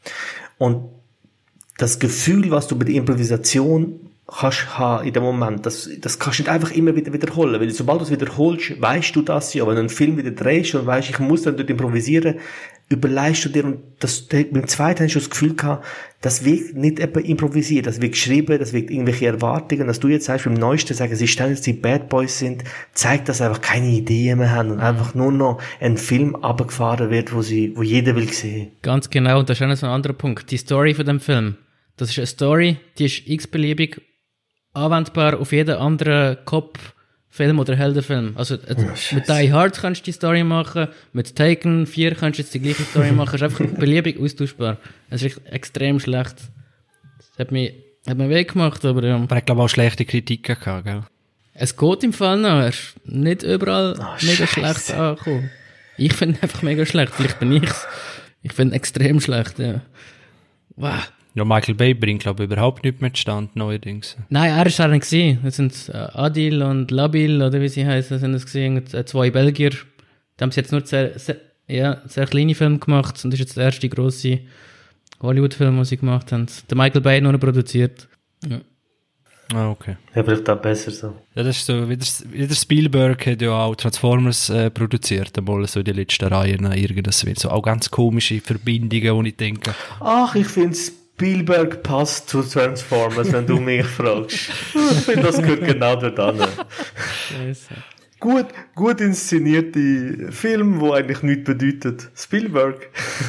Und das Gefühl, was du bei der Improvisation kannst haben in dem Moment, das, das kannst du nicht einfach immer wieder wiederholen, weil sobald du es wiederholst, weißt du das ja, wenn du einen Film wieder drehst und weißt, ich muss dann dort improvisieren, überlegst du dir, und das, beim zweiten hast du das Gefühl gehabt, das wird nicht etwa improvisiert, das wird geschrieben, das wird irgendwelche Erwartungen, dass du jetzt sagst, beim Neuesten sagen, sie stellen jetzt die Bad Boys sind, zeigt, dass sie einfach keine Ideen mehr haben und einfach nur noch ein Film runtergefahren wird, wo sie, wo jeder will sehen. Ganz genau, und das ist auch noch so ein anderer Punkt. Die Story von dem Film, das ist eine Story, die ist x-beliebig anwendbar auf jeden anderen Cop-Film oder Heldenfilm. Also oh, mit Die Hard kannst du die Story machen, mit Taken vier kannst du jetzt die gleiche Story machen. Es ist einfach beliebig austauschbar. Es ist extrem schlecht. Das hat mich, hat mir weh gemacht, aber ja. Aber ich glaube auch schlechte Kritiken gehabt, gell? Es geht im Fall noch. Er ist nicht überall oh, mega schlecht angekommen. Ich finde einfach mega schlecht. Vielleicht bin ich's. Ich finde extrem schlecht, ja. Wow. Ja, Michael Bay bringt, glaube ich, überhaupt nicht mehr zustande, neuerdings. Nein, er ist auch nicht gewesen. Das sind äh, Adil und Labil, oder wie sie heißen, sind das gewesen. Äh, zwei Belgier. Die haben jetzt nur sehr, sehr, ja, sehr kleine Filme gemacht. Und das ist jetzt der erste grosse Hollywood-Film, den sie gemacht haben. Der Michael Bay hat nur produziert. Ja. Ah, okay. Ja, vielleicht auch besser so. Ja, das ist so, wie der, wie der Spielberg hat ja auch Transformers äh, produziert, einmal so in den letzten Reihen, irgendwas wird so auch ganz komische Verbindungen, wo ich denke. Ach, ich finde Spielberg passt zu Transformers, wenn du mich fragst. Ich finde, das gehört genau dort an. gut, gut inszenierte Film, wo eigentlich nichts bedeutet. Spielberg.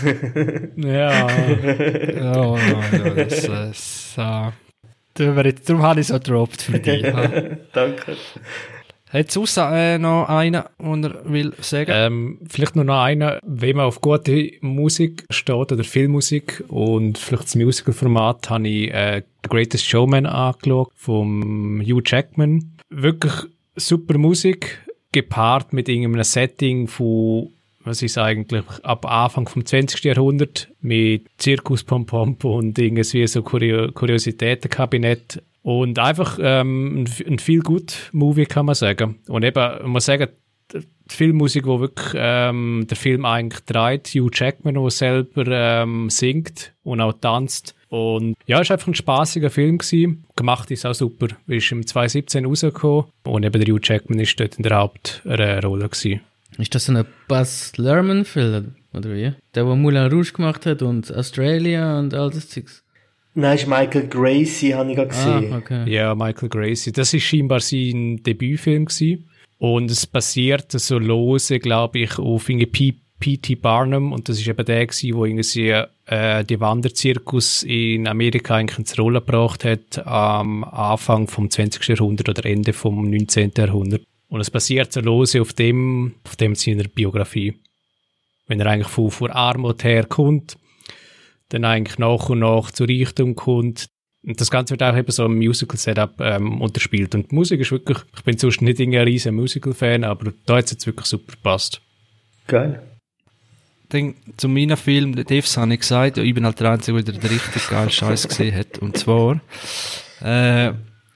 Ja. Oh, ja, das ist, uh, darum habe ich es auch gedroppt für dich. Danke. Hat es äh, noch einen, den er will sagen? Ähm, vielleicht nur noch einer, wenn man auf gute Musik steht oder Filmmusik und vielleicht das Musical-Format, habe ich äh, The Greatest Showman angeschaut vom Hugh Jackman. Wirklich super Musik, gepaart mit irgendeinem Setting von, was ist eigentlich, ab Anfang vom zwanzigsten Jahrhundert mit Zirkus, Pompomp und irgendwie so Kurio- Kuriositätenkabinett. Und einfach ähm, ein, ein viel gut Movie, kann man sagen. Und eben, man muss sagen, die Filmmusik, wo wirklich ähm, der Film eigentlich trägt, Hugh Jackman, der selber ähm, singt und auch tanzt. Und ja, es war einfach ein spaßiger Film gewesen. Gemacht ist auch super. Ist im zwanzig siebzehn rausgekommen und eben der Hugh Jackman ist dort in der Hauptrolle gewesen. Ist das so ein Baz Luhrmann-Film, oder wie? Der, der Moulin Rouge gemacht hat und Australia und all das Zeugs? Nein, ist Michael Gracie, habe ich gerade gesehen. Ah, okay. Ja, Michael Gracie. Das ist scheinbar sein Debütfilm gewesen. Und es basiert so lose, glaube ich, auf P T Barnum. Und das ist eben der gewesen, wo irgendwie äh, die Wanderzirkus in Amerika eigentlich ins Rollen gebracht hat am Anfang vom zwanzigsten Jahrhundert oder Ende vom neunzehnten Jahrhundert. Und es basiert so lose auf dem, auf dem seiner Biografie. Wenn er eigentlich von, von Armut herkommt, dann eigentlich nach und nach zu Reichtum kommt. Und das Ganze wird auch eben so im Musical-Setup ähm, unterspielt. Und die Musik ist wirklich, ich bin sonst nicht ein riesen Musical-Fan, aber da hat es jetzt wirklich super gepasst. Geil. Dann zu meinem Film, Devs habe ich gesagt, ich bin halt der Einzige, der den richtig geilen Scheiß gesehen hat. Und zwar äh,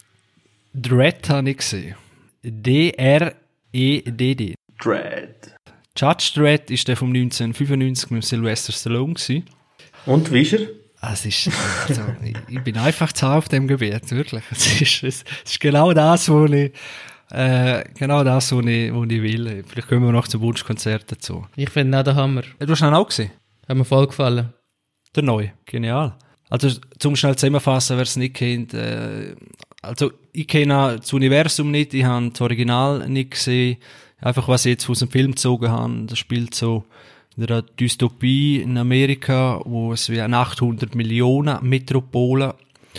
Dredd habe ich gesehen. D R E D D. Dredd. Judge Dredd ist der vom neunzehnhundertfünfundneunzig mit Sylvester Stallone gewesen. Und wie ist er? Es ist, also, ich, ich bin einfach zu auf dem Gebiet, wirklich. Es ist, es ist genau das, was ich, äh, genau das, was ich, was ich will. Vielleicht kommen wir noch zum Wunschkonzert dazu. Ich finde auch der Hammer. Du hast ihn auch gesehen? Hat mir voll gefallen. Der neue, genial. Also, zum schnell zusammenfassen, wer es nicht kennt, äh, also, ich kenne das Universum nicht, ich habe das Original nicht gesehen. Einfach, was ich jetzt aus dem Film gezogen habe, das spielt so in einer Dystopie in Amerika, wo es wie eine achthundert Millionen Metropole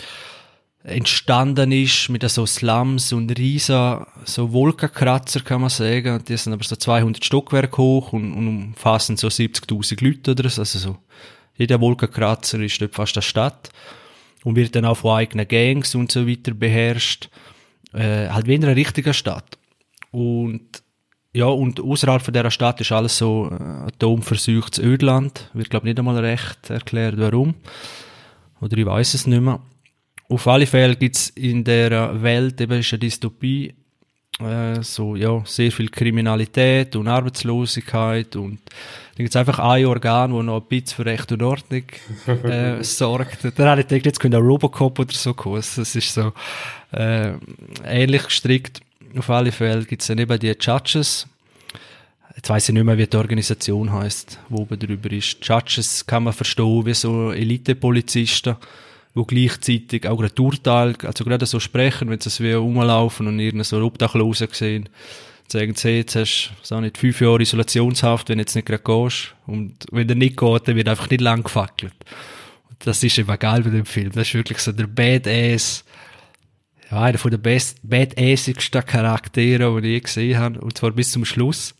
entstanden ist, mit so Slums und riesen, so Wolkenkratzer, kann man sagen. Und die sind aber so zweihundert Stockwerke hoch und, und umfassen so siebzigtausend Leute oder so. Also so, jeder Wolkenkratzer ist dort fast eine Stadt und wird dann auch von eigenen Gangs und so weiter beherrscht. Äh, halt wie in einer richtigen Stadt. Und ja, und außerhalb von dieser Stadt ist alles so äh, atomverseuchtes Ödland. Wird, glaube ich, nicht einmal recht erklärt, warum. Oder ich weiß es nicht mehr. Auf alle Fälle gibt es in der Welt, eben ist eine Dystopie, äh, so, ja, sehr viel Kriminalität und Arbeitslosigkeit und dann gibt es einfach ein Organ, das noch ein bisschen für Recht und Ordnung äh, sorgt. Dann habe ich gedacht, jetzt könnte ein Robocop oder so kommen. Das ist so äh, ähnlich gestrickt. Auf alle Fälle gibt es dann eben die Judges. Jetzt weiss ich nicht mehr, wie die Organisation heisst, wo oben drüber ist. Judges kann man verstehen wie so Elite-Polizisten, die gleichzeitig auch gerade Urteil, also gerade so sprechen, wenn sie wie rumlaufen und irgendeinen so Obdachlosen sehen. Sagen sie, jetzt hast du so nicht fünf Jahre Isolationshaft, wenn du jetzt nicht gerade gehst. Und wenn er nicht geht, dann wird einfach nicht lang gefackelt. Und das ist eben geil bei dem Film. Das ist wirklich so der Badass, ja, einer von den best, badassigsten Charakteren, die ich je gesehen habe. Und zwar bis zum Schluss.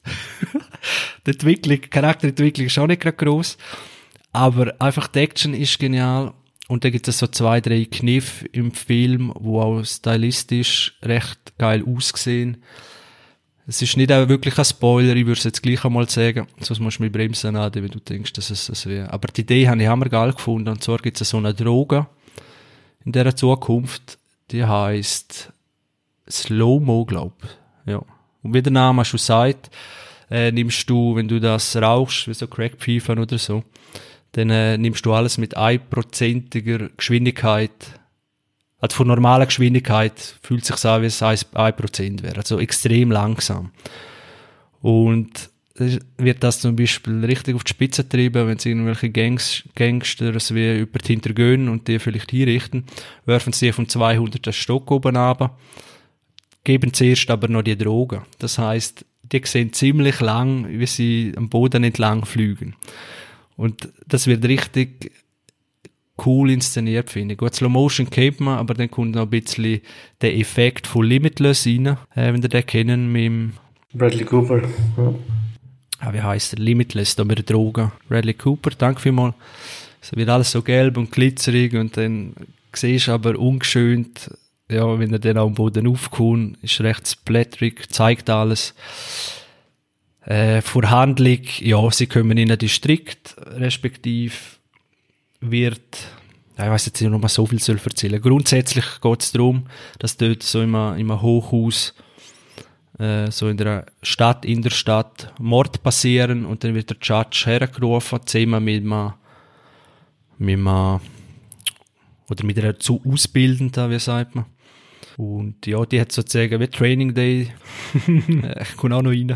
Die Entwicklung, Charakterentwicklung ist auch nicht gerade gross. Aber einfach die Action ist genial. Und dann gibt es so zwei, drei Kniffe im Film, die auch stylistisch recht geil aussehen. Es ist nicht auch wirklich ein Spoiler, ich würde es jetzt gleich einmal sagen. Sonst musst du mich bremsen, Adi, wenn du denkst, dass es das wäre. Aber die Idee habe ich hammer geil gefunden. Und zwar gibt es so eine Droge in dieser Zukunft, die heisst Slow-Mo, glaub ich. Ja. Und wie der Name schon sagt, äh, nimmst du, wenn du das rauchst, wie so Crack-Pfeifen oder so, dann äh, nimmst du alles mit einprozentiger Geschwindigkeit. Also von normaler Geschwindigkeit fühlt es sich an, wie es ein Prozent wäre. Also extrem langsam. Und wird das zum Beispiel richtig auf die Spitze treiben, wenn sie irgendwelche Gangs, Gangsters wie über die hintergehen und die vielleicht hinrichten, werfen sie vom zweihunderten Stock oben runter. geben zuerst aber noch die Drogen. Das heisst, die sehen ziemlich lang, wie sie am Boden entlang fliegen. Und das wird richtig cool inszeniert, finde ich. Gut, Slow Motion kennt man, aber dann kommt noch ein bisschen der Effekt von Limitless rein, äh, wenn ihr den kennen, mit dem Bradley Cooper. Ja. Ah, wie heisst der? Limitless, da mit der Drogen. Bradley Cooper, danke vielmals. Es wird alles so gelb und glitzerig und dann siehst du aber ungeschönt, ja, wenn er dann am Boden aufkommt, ist recht splatterig, zeigt alles. Äh, vor Handlung, ja, sie kommen in einen Distrikt, respektive wird, ja, ich weiss jetzt nicht, ob man so viel soll erzählen. Grundsätzlich geht es darum, dass dort so in einem, in einem Hochhaus, äh, so in der Stadt, in der Stadt, Mord passieren und dann wird der Judge hergerufen, zusammen mit einem, mit einem, oder mit einer zu Ausbildenden, wie sagt man. Und ja, die hat sozusagen wie Training Day, ich komme auch noch rein.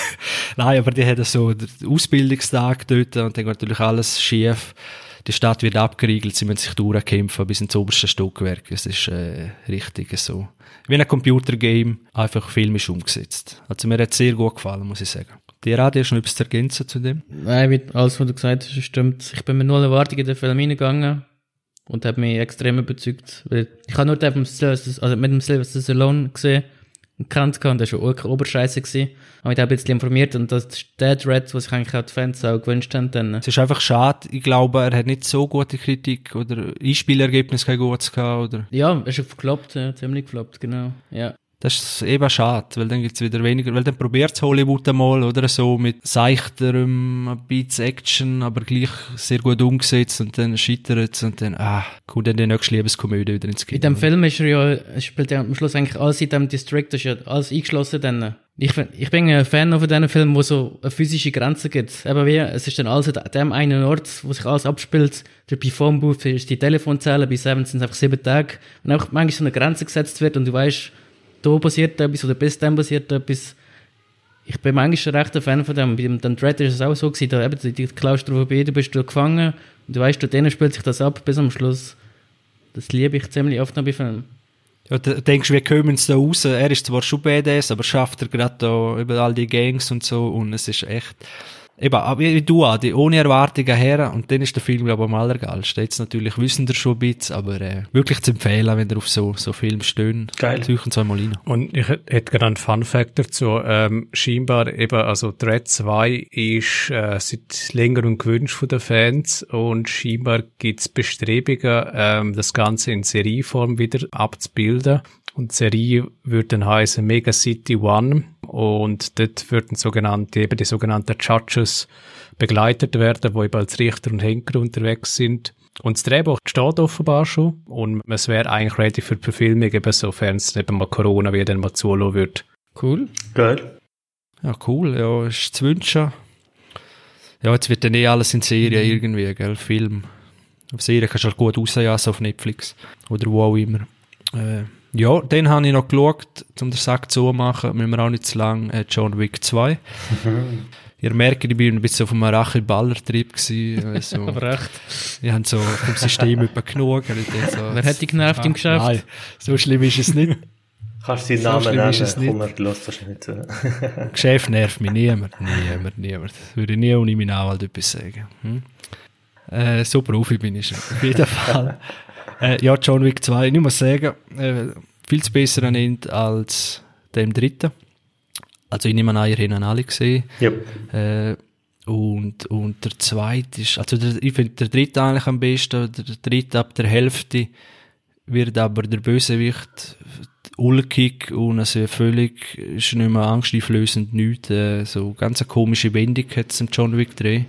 Nein, aber die hat so den Ausbildungstag dort und dann geht natürlich alles schief. Die Stadt wird abgeriegelt, sie müssen sich durchkämpfen bis ins oberste Stockwerk. Es ist äh, richtig so. Wie ein Computergame, einfach filmisch umgesetzt. Also mir hat es sehr gut gefallen, muss ich sagen. Die Radio, hast du noch etwas zu ergänzen zu dem? Nein, wie alles, was du gesagt hast, stimmt. Ich bin mit null Erwartungen in den Film reingegangen und habe mich extrem überzeugt. Weil ich habe nur den mit dem Sylvester, also mit dem Sylvester Stallone gesehen und gekannt, und der war schon auch Oberscheiße gewesen. Habe mich da ein bisschen informiert und das ist der Dread, was sich eigentlich auch die Fans auch gewünscht haben. Dann. Es ist einfach schade, ich glaube, er hat nicht so gute Kritik oder Einspielergebnis kein gutes gehabt, oder? Ja, er ist gefloppt, ja, ziemlich gefloppt, genau, ja. Das ist eben schade, weil dann gibt's wieder weniger, weil dann probiert Hollywood einmal, oder so, mit seichterem Beats Action, aber gleich sehr gut umgesetzt und dann scheitert es und dann, ah, kommt dann die nächste Liebeskomödie wieder ins Kino. In dem Film ist er ja, es spielt ja am Schluss eigentlich alles in diesem District, ist ja alles eingeschlossen dann. Ich, ich bin ein Fan von diesen Filmen, wo so eine physische Grenze gibt. Eben wie, es ist dann alles an dem einen Ort, wo sich alles abspielt. Der bei Phone Booth ist die Telefonzelle, bei Seven sind es einfach sieben Tage. Und auch manchmal so eine Grenze gesetzt wird und du weißt, da passiert etwas oder bis dann passiert etwas. Ich bin manchmal schon recht ein Fan von dem. Bei dem, dem Dread ist es auch so gewesen, da eben die, die Klaustrophobie, du bist da gefangen und du weißt, dort spielt sich das ab bis am Schluss. Das liebe ich ziemlich oft noch bei Filmen. Ja, du denkst, wie kommen sie da raus? Er ist zwar schon B D S, aber schafft er gerade da über all die Gangs und so und es ist echt, eben, wie du auch, die ohne Erwartungen her und dann ist der Film, glaube ich, am allergeilsten. Jetzt natürlich wissen wir schon ein bisschen, aber äh, wirklich zu empfehlen, wenn ihr auf so, so Film stehen. Geil. Suchen Sie einmal rein. Und ich hätte gerade einen Fun-Fact dazu. Ähm, scheinbar eben, also Dread zwei ist äh, seit längerem gewünscht von den Fans und scheinbar gibt es Bestrebungen, ähm, das Ganze in Serieform wieder abzubilden. Und die Serie würde dann heißen Mega City One. Und dort würden sogenannte, eben die sogenannten Judges begleitet werden, die eben als Richter und Henker unterwegs sind. Und das Drehbuch steht offenbar schon. Und es wäre eigentlich ready für die Verfilmung, eben sofern es eben mal Corona wieder mal zulassen würde. Cool. Geil. Ja, cool. Ja, ist zu wünschen. Ja, jetzt wird dann eh alles in Serie irgendwie, gell, Film. Auf Serie kannst du halt gut rausjassen auf Netflix. Oder wo auch immer. Äh, Ja, dann habe ich noch geschaut, um den Sack zu machen, müssen wir auch nicht zu lang, äh, John Wick zwei. Ihr merkt, ich bin ein bisschen auf einem Rache-Baller-Trip gewesen. Also, Aber echt. ich habe so vom System etwa genug. So, Wer hat dich genervt im Geschäft? Nein, so schlimm ist es nicht. Kannst du deinen So Namen schlimm nennen? ist es nicht. Komm, du hörst wahrscheinlich zu. Geschäft nervt mich niemand. Niemand, niemand. Würde ich nie ohne meinen Anwalt etwas sagen. Hm? Äh, so Profi bin ich schon. Auf jeden Fall. Äh, ja, John Wick zwei, ich muss sagen, äh, viel zu besser ernannt als dem dritten. Also ich nehme an, ihr habt ihn alle gesehen. Yep. Äh, und, und der zweite ist, also der, ich finde der dritte eigentlich am besten, der dritte ab der Hälfte wird aber der Bösewicht ulkig und also völlig, ist nicht mehr angsteinflößend, nichts. Äh, so ganz eine komische Wendung hat es im John Wick drei.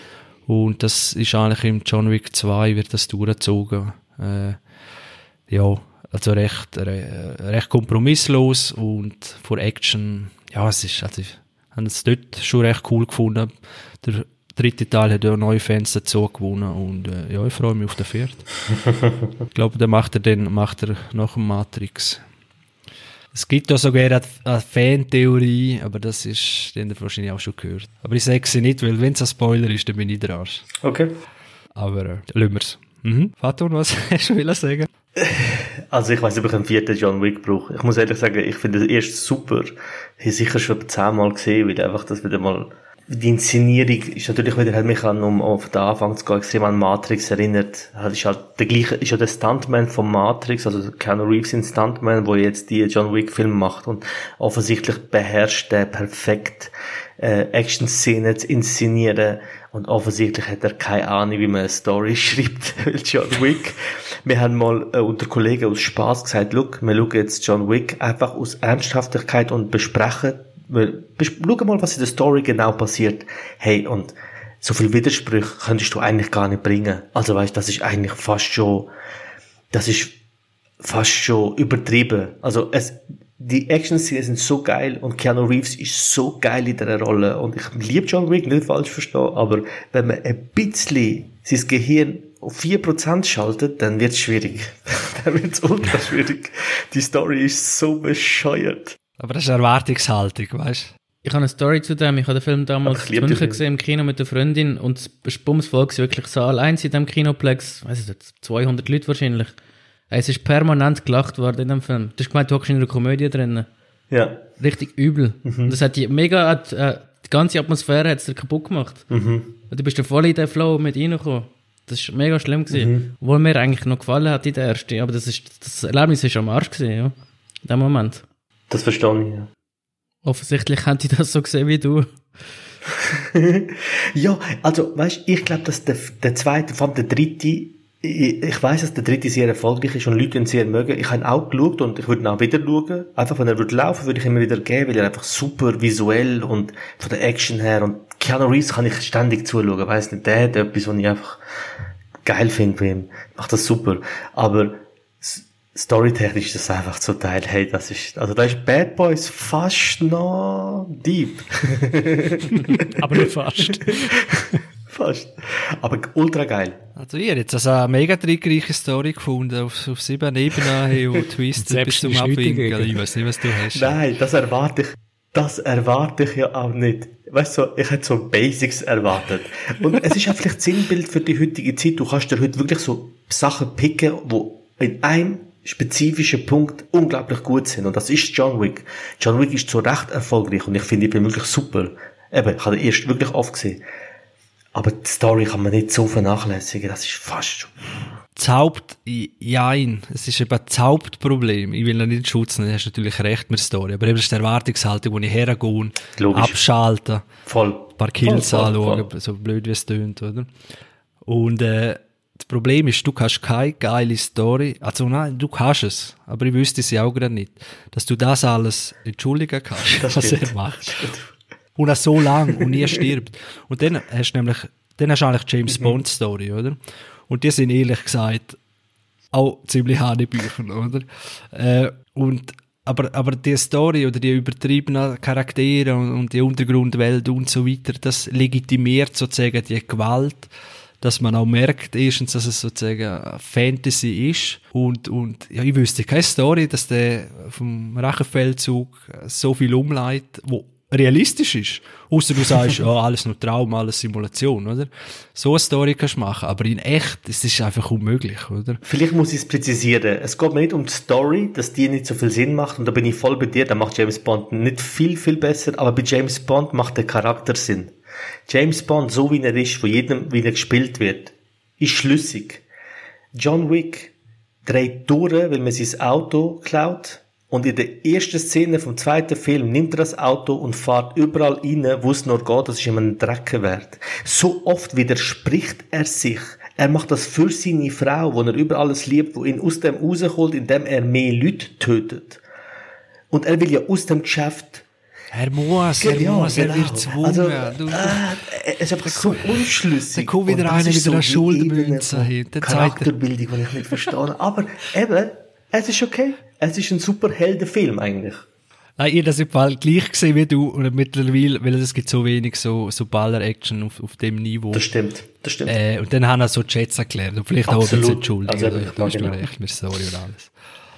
Und das ist eigentlich im John Wick zwei wird das durchgezogen. Äh, ja, also recht, re, recht kompromisslos und vor Action, ja, es ist, also ich habe es dort schon recht cool gefunden. Der dritte Teil hat ja neue Fans dazu gewonnen und äh, ja, ich freue mich auf den vierten. Ich glaube, den macht er dann, macht er nach dem Matrix. Es gibt da sogar eine, eine Fan-Theorie, aber das ist, den habt ihr wahrscheinlich auch schon gehört. Aber ich sage sie nicht, weil wenn es ein Spoiler ist, dann bin ich der Arsch. Okay. Aber äh, lassen wir es. Mhm. Faton, was hast du willen sagen? Also ich weiss, ob ich einen vierten John Wick brauche. Ich muss ehrlich sagen, ich finde das erst super. Ich habe sicher schon zehnmal gesehen, weil einfach das wieder mal, die Inszenierung ist natürlich wieder, hat mich an, um auf den Anfang zu gehen, extrem an Matrix erinnert. Das ist halt der gleiche, ist ja der Stuntman von Matrix, also Keanu Reeves ein Stuntman, der jetzt die John Wick Film macht und offensichtlich beherrscht der perfekt, äh, Action-Szenen zu inszenieren. Und offensichtlich hat er keine Ahnung, wie man eine Story schreibt, weil John Wick, wir haben mal äh, unter Kollegen aus Spaß gesagt, look, wir schauen jetzt John Wick einfach aus Ernsthaftigkeit und besprechen, wir bes- schauen mal, was in der Story genau passiert. Hey, und so viel Widersprüche könntest du eigentlich gar nicht bringen. Also weißt, das ist eigentlich fast schon, das ist fast schon übertrieben. Also es, die Action-Szenen sind so geil und Keanu Reeves ist so geil in dieser Rolle und ich liebe John Wick, nicht falsch verstehen, aber wenn man ein bisschen sein Gehirn auf vier Prozent schaltet, dann wird's schwierig. Dann wird's ultra schwierig. Die Story ist so bescheuert. Aber das ist eine Erwartungshaltung, weißt du? Ich habe eine Story zu dem. Ich habe den Film damals in München gesehen, im Kino mit der Freundin und es war bumsvoll, wirklich Saal eins in diesem Kinoplex, weiss ich, zweihundert Leute wahrscheinlich. Es ist permanent gelacht worden in dem Film. Du hast gemeint, du hockst in einer Komödie drin. Ja. Richtig übel. Mhm. Und das hat die mega, äh, die ganze Atmosphäre hat es dir kaputt gemacht. Mhm. Und du bist da voll in den Flow mit reingekommen. Das war mega schlimm gewesen. Mhm. Obwohl mir eigentlich noch gefallen hat in der ersten. Aber das ist, das Erlebnis ist am Arsch gewesen, ja. In dem Moment. Das verstehe ich, ja. Offensichtlich haben die das so gesehen wie du. Ja, also, weißt, ich glaube, dass der, der zweite, vor allem der dritte, ich, ich weiss, dass der dritte sehr erfolgreich ist und Leute ihn sehr mögen. Ich habe ihn auch geschaut und ich würde ihn auch wieder schauen. Einfach, wenn er würde laufen, würde ich ihn immer wieder geben, weil er einfach super visuell und von der Action her und Keanu Reeves kann ich ständig zuschauen. Weiss nicht, der hat etwas, was ich einfach geil finde bei ihm. Macht das super. Aber storytechnisch ist das einfach so Teil, hey, das ist, also da ist Bad Boys fast noch deep. Aber nicht fast. Fast. Aber ultra geil. Also ihr jetzt also eine mega trickreiche Story gefunden, auf, auf sieben Ebenen, hey, und Twisted bis zum Abwinkeln. Ich weiß nicht, was du hast. Nein, das erwarte ich, das erwarte ich ja auch nicht. Weißt du, ich hätte so Basics erwartet. Und es ist ja vielleicht Sinnbild für die heutige Zeit. Du kannst dir heute wirklich so Sachen picken, wo in einem spezifischen Punkt unglaublich gut sind. Und das ist John Wick. John Wick ist so recht erfolgreich und ich finde, ich bin wirklich super. Eben, ich habe den erst wirklich oft gesehen. Aber die Story kann man nicht so vernachlässigen. Das ist fast schon. Das Haupt, jein, es ist eben das Hauptproblem. Ich will ihn nicht schützen, du hast natürlich recht mit der Story. Aber eben das ist die Erwartungshaltung, wo ich hergehe, abschalten, voll. ein paar Kills voll, voll, anschauen, voll. so blöd wie es tönt, oder? Und, äh, das Problem ist, du hast keine geile Story. Also nein, du kannst es. Aber ich wüsste es ja auch gerade nicht. Dass du das alles entschuldigen kannst, das was stimmt. er macht. Und auch so lang und nie stirbt. Und dann hast du nämlich, dann hast du eigentlich James mhm. Bond Story, oder? Und die sind ehrlich gesagt auch ziemlich Hanebüchen, oder? Äh, und, aber, aber die Story oder die übertriebenen Charaktere und, und die Untergrundwelt und so weiter, das legitimiert sozusagen die Gewalt, dass man auch merkt, erstens, dass es sozusagen Fantasy ist und, und, ja, ich wüsste keine Story, dass der vom Rachefeldzug so viel umleitet, wo realistisch ist. Ausser du sagst, ja, alles nur Traum, alles Simulation, oder? So eine Story kannst du machen, aber in echt, es ist einfach unmöglich, oder? Vielleicht muss ich es präzisieren. Es geht mir nicht um die Story, dass die nicht so viel Sinn macht, und da bin ich voll bei dir, da macht James Bond nicht viel, viel besser, aber bei James Bond macht der Charakter Sinn. James Bond, so wie er ist, von jedem, wie er gespielt wird, ist schlüssig. John Wick dreht durch, weil man sein Auto klaut. Und in der ersten Szene vom zweiten Film nimmt er das Auto und fährt überall rein, wo es nur geht, das ist ihm ein Dreck wert. So oft widerspricht er sich. Er macht das für seine Frau, wo er über alles liebt, wo ihn aus dem rausholt, indem er mehr Leute tötet. Und er will ja aus dem Geschäft. Er muss, er ja, muss, er genau. wird gezwungen. Also, du, äh, er ist einfach so unschlüssig. Dann kommt wieder einer mit einer Schuldmünze hin. Charakterbildung, die ich nicht verstehe. Aber eben, es ist okay. Es ist ein super Heldenfilm eigentlich. Nein, ihr das im Fall gleich gesehen wie du und mittlerweile, weil es gibt so wenig so, so Baller-Action auf, auf dem Niveau. Das stimmt, das stimmt. Äh, und dann haben wir so Chats erklärt und vielleicht auch ein bisschen entschuldigt. Also, da hast du recht, mir sorry und alles.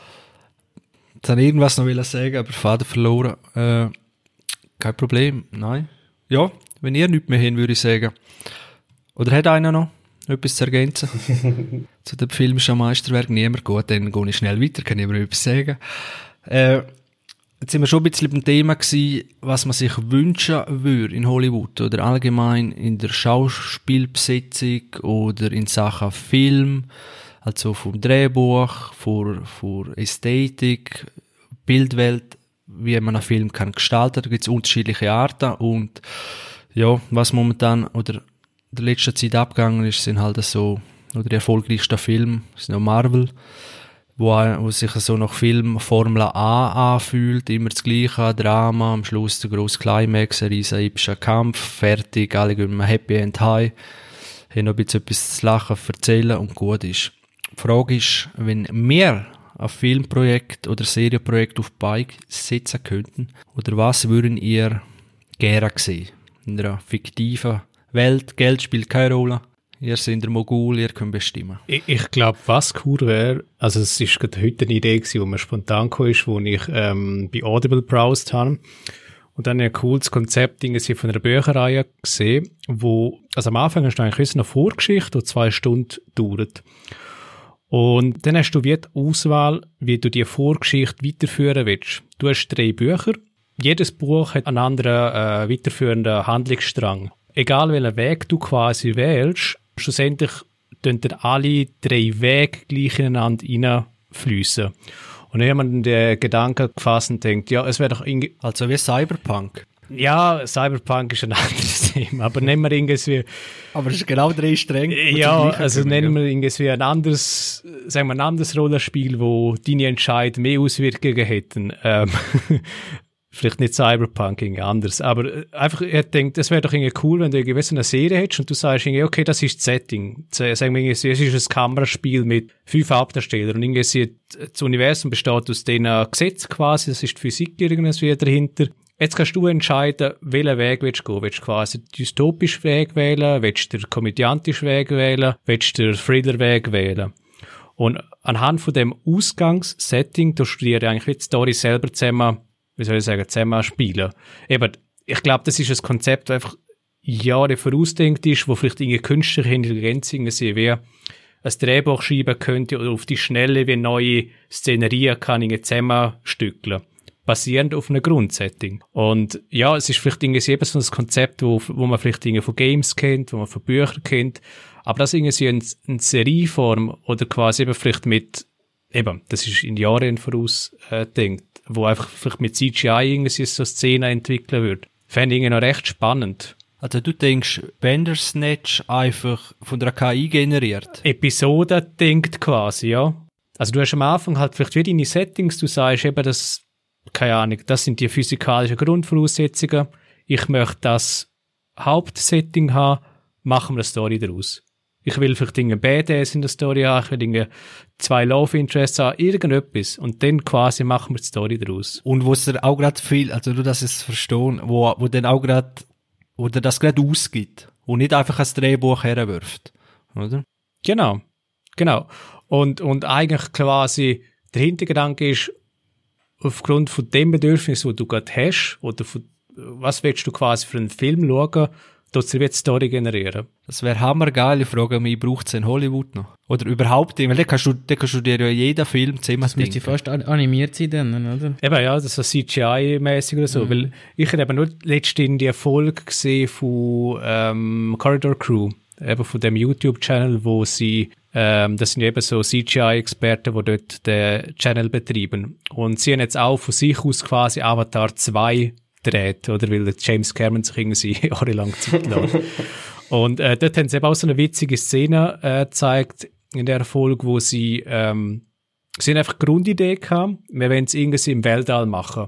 Jetzt habe ich irgendwas noch sagen, aber Faden verloren. Äh, kein Problem, nein. Ja, wenn ihr nichts mehr habt, würde ich sagen. Oder hat einer noch? etwas zu ergänzen? Zu dem filmischen Meisterwerk niemand. Gut, dann gehe ich schnell weiter, kann ich mir etwas sagen. Äh, jetzt sind wir schon ein bisschen beim Thema gewesen, was man sich wünschen würde in Hollywood oder allgemein in der Schauspielbesetzung oder in Sachen Film, also vom Drehbuch, vor, vor Ästhetik, Bildwelt, wie man einen Film kann gestalten. Da gibt es unterschiedliche Arten und ja, was momentan oder in der letzten Zeit abgegangen ist, sind halt so, oder die erfolgreichsten Filme, sind auch Marvel, wo, wo sich so nach Film Formel A anfühlt, immer das gleiche, Drama, am Schluss der grosse Climax, ein riesen epischer Kampf, fertig, alle gehen mit Happy End High, haben noch ein bisschen etwas zu lachen, erzählen und gut ist. Die Frage ist, wenn wir ein Filmprojekt oder Serienprojekt auf die Beine setzen könnten, oder was würden ihr gerne sehen? In einer fiktiven Welt, Geld spielt keine Rolle. Ihr seid der Mogul, ihr könnt bestimmen. Ich, ich glaube, was cool wäre, also es ist gerade heute eine Idee gewesen, die mir spontan kam, ist, wo ich ähm, bei Audible browsed habe. Und dann ein cooles Konzept irgendwie von einer Bücherreihe gesehen, wo, also am Anfang hast du eigentlich eine Vorgeschichte, die zwei Stunden dauert. Und dann hast du wie die Auswahl, wie du die Vorgeschichte weiterführen willst. Du hast drei Bücher. Jedes Buch hat einen anderen äh, weiterführenden Handlungsstrang. Egal welchen Weg du quasi wählst, schlussendlich tun dann alle drei Wege gleich ineinander reinfliessen. Und dann haben wir den Gedanken gefasst und denkt, ja, es wäre doch irgendwie... Also wie Cyberpunk. Ja, Cyberpunk ist ein anderes Thema, aber nehmen wir irgendwie... Aber es ist genau drei Stränge. Ja, also nennen wir irgendwie ein anderes, sagen wir ein anderes Rollenspiel, wo deine Entscheidungen mehr Auswirkungen hätten. Ähm, vielleicht nicht Cyberpunk, irgendwie anders. Aber einfach, ich denke, es wäre doch irgendwie cool, wenn du irgendwie so eine Serie hättest und du sagst irgendwie, okay, das ist das Setting. Sagen wir irgendwie, es ist ein Kameraspiel mit fünf Hauptdarstellern und irgendwie das Universum besteht aus diesen Gesetzen quasi, das ist die Physik irgendwie dahinter. Jetzt kannst du entscheiden, welchen Weg willst du gehen. Willst du quasi den dystopischen Weg wählen? Willst du den komödiantischen Weg wählen? Willst du den Thriller-Weg wählen? Und anhand von dem Ausgangssetting, da studiere ich eigentlich die Story selber zusammen, wie soll ich sagen, zusammen spielen. Eben, ich glaube, das ist ein Konzept, das einfach Jahre vorausdenkt ist, wo vielleicht eine künstliche Intelligenz irgendwie wie ein Drehbuch schreiben könnte oder auf die Schnelle wie neue Szenerien kann ich zusammenstückeln. Basierend auf einem Grundsetting. Und ja, es ist vielleicht irgendwie eben so ein Konzept, wo, wo man vielleicht irgendwie von Games kennt, wo man von Büchern kennt, aber das irgendwie eine, eine Serieform oder quasi eben vielleicht mit, eben, das ist in Jahren voraus äh, denkt, wo einfach vielleicht mit C G I irgendwie so eine Szene entwickeln würde. Fände ich irgendwie noch recht spannend. Also du denkst, Bandersnatch einfach von der K I generiert? Episode denkt quasi, ja. Also du hast am Anfang halt vielleicht wie deine Settings, du sagst eben, das keine Ahnung, das sind die physikalischen Grundvoraussetzungen. Ich möchte das Hauptsetting haben, machen wir eine Story daraus. Ich will vielleicht Dinge B D S in der Story haben, ich will Dinge zwei Love Interests haben, irgendetwas. Und dann quasi machen wir die Story daraus. Und wo es dir auch gerade viel, also du das es verstehen, wo, wo dann auch gerade, wo dir das gerade ausgibt. Und nicht einfach ein Drehbuch herwirft. Oder? Genau. Genau. Und, und eigentlich quasi, der Hintergedanke ist, aufgrund von dem Bedürfnis, das du gerade hast, oder von, was willst du quasi für einen Film schauen, dort wird die Story generieren. Das wäre hammergeil. Ich frage mich, braucht es in Hollywood noch? Oder überhaupt nicht? Weil dann kannst du, dann kannst du dir ja jeden Film zehnmal Das müsste fast animiert sein dann, oder? Eben, ja, das ist so C G I-mäßig oder so. Mhm. Weil ich habe eben nur letztens die Folge gesehen von ähm, Corridor Crew, eben von dem YouTube-Channel, wo sie Ähm, das sind eben so C G I-Experten, die dort den Channel betreiben. Und sie haben jetzt auch von sich aus quasi Avatar zwei gedreht, oder? Weil der James Cameron sich irgendwie jahrelang Zeit lässt. Und äh, dort haben sie eben auch so eine witzige Szene äh, gezeigt in der Folge, wo sie, ähm, sie haben einfach die Grundidee gehabt, wir wollen es irgendwie im Weltall machen.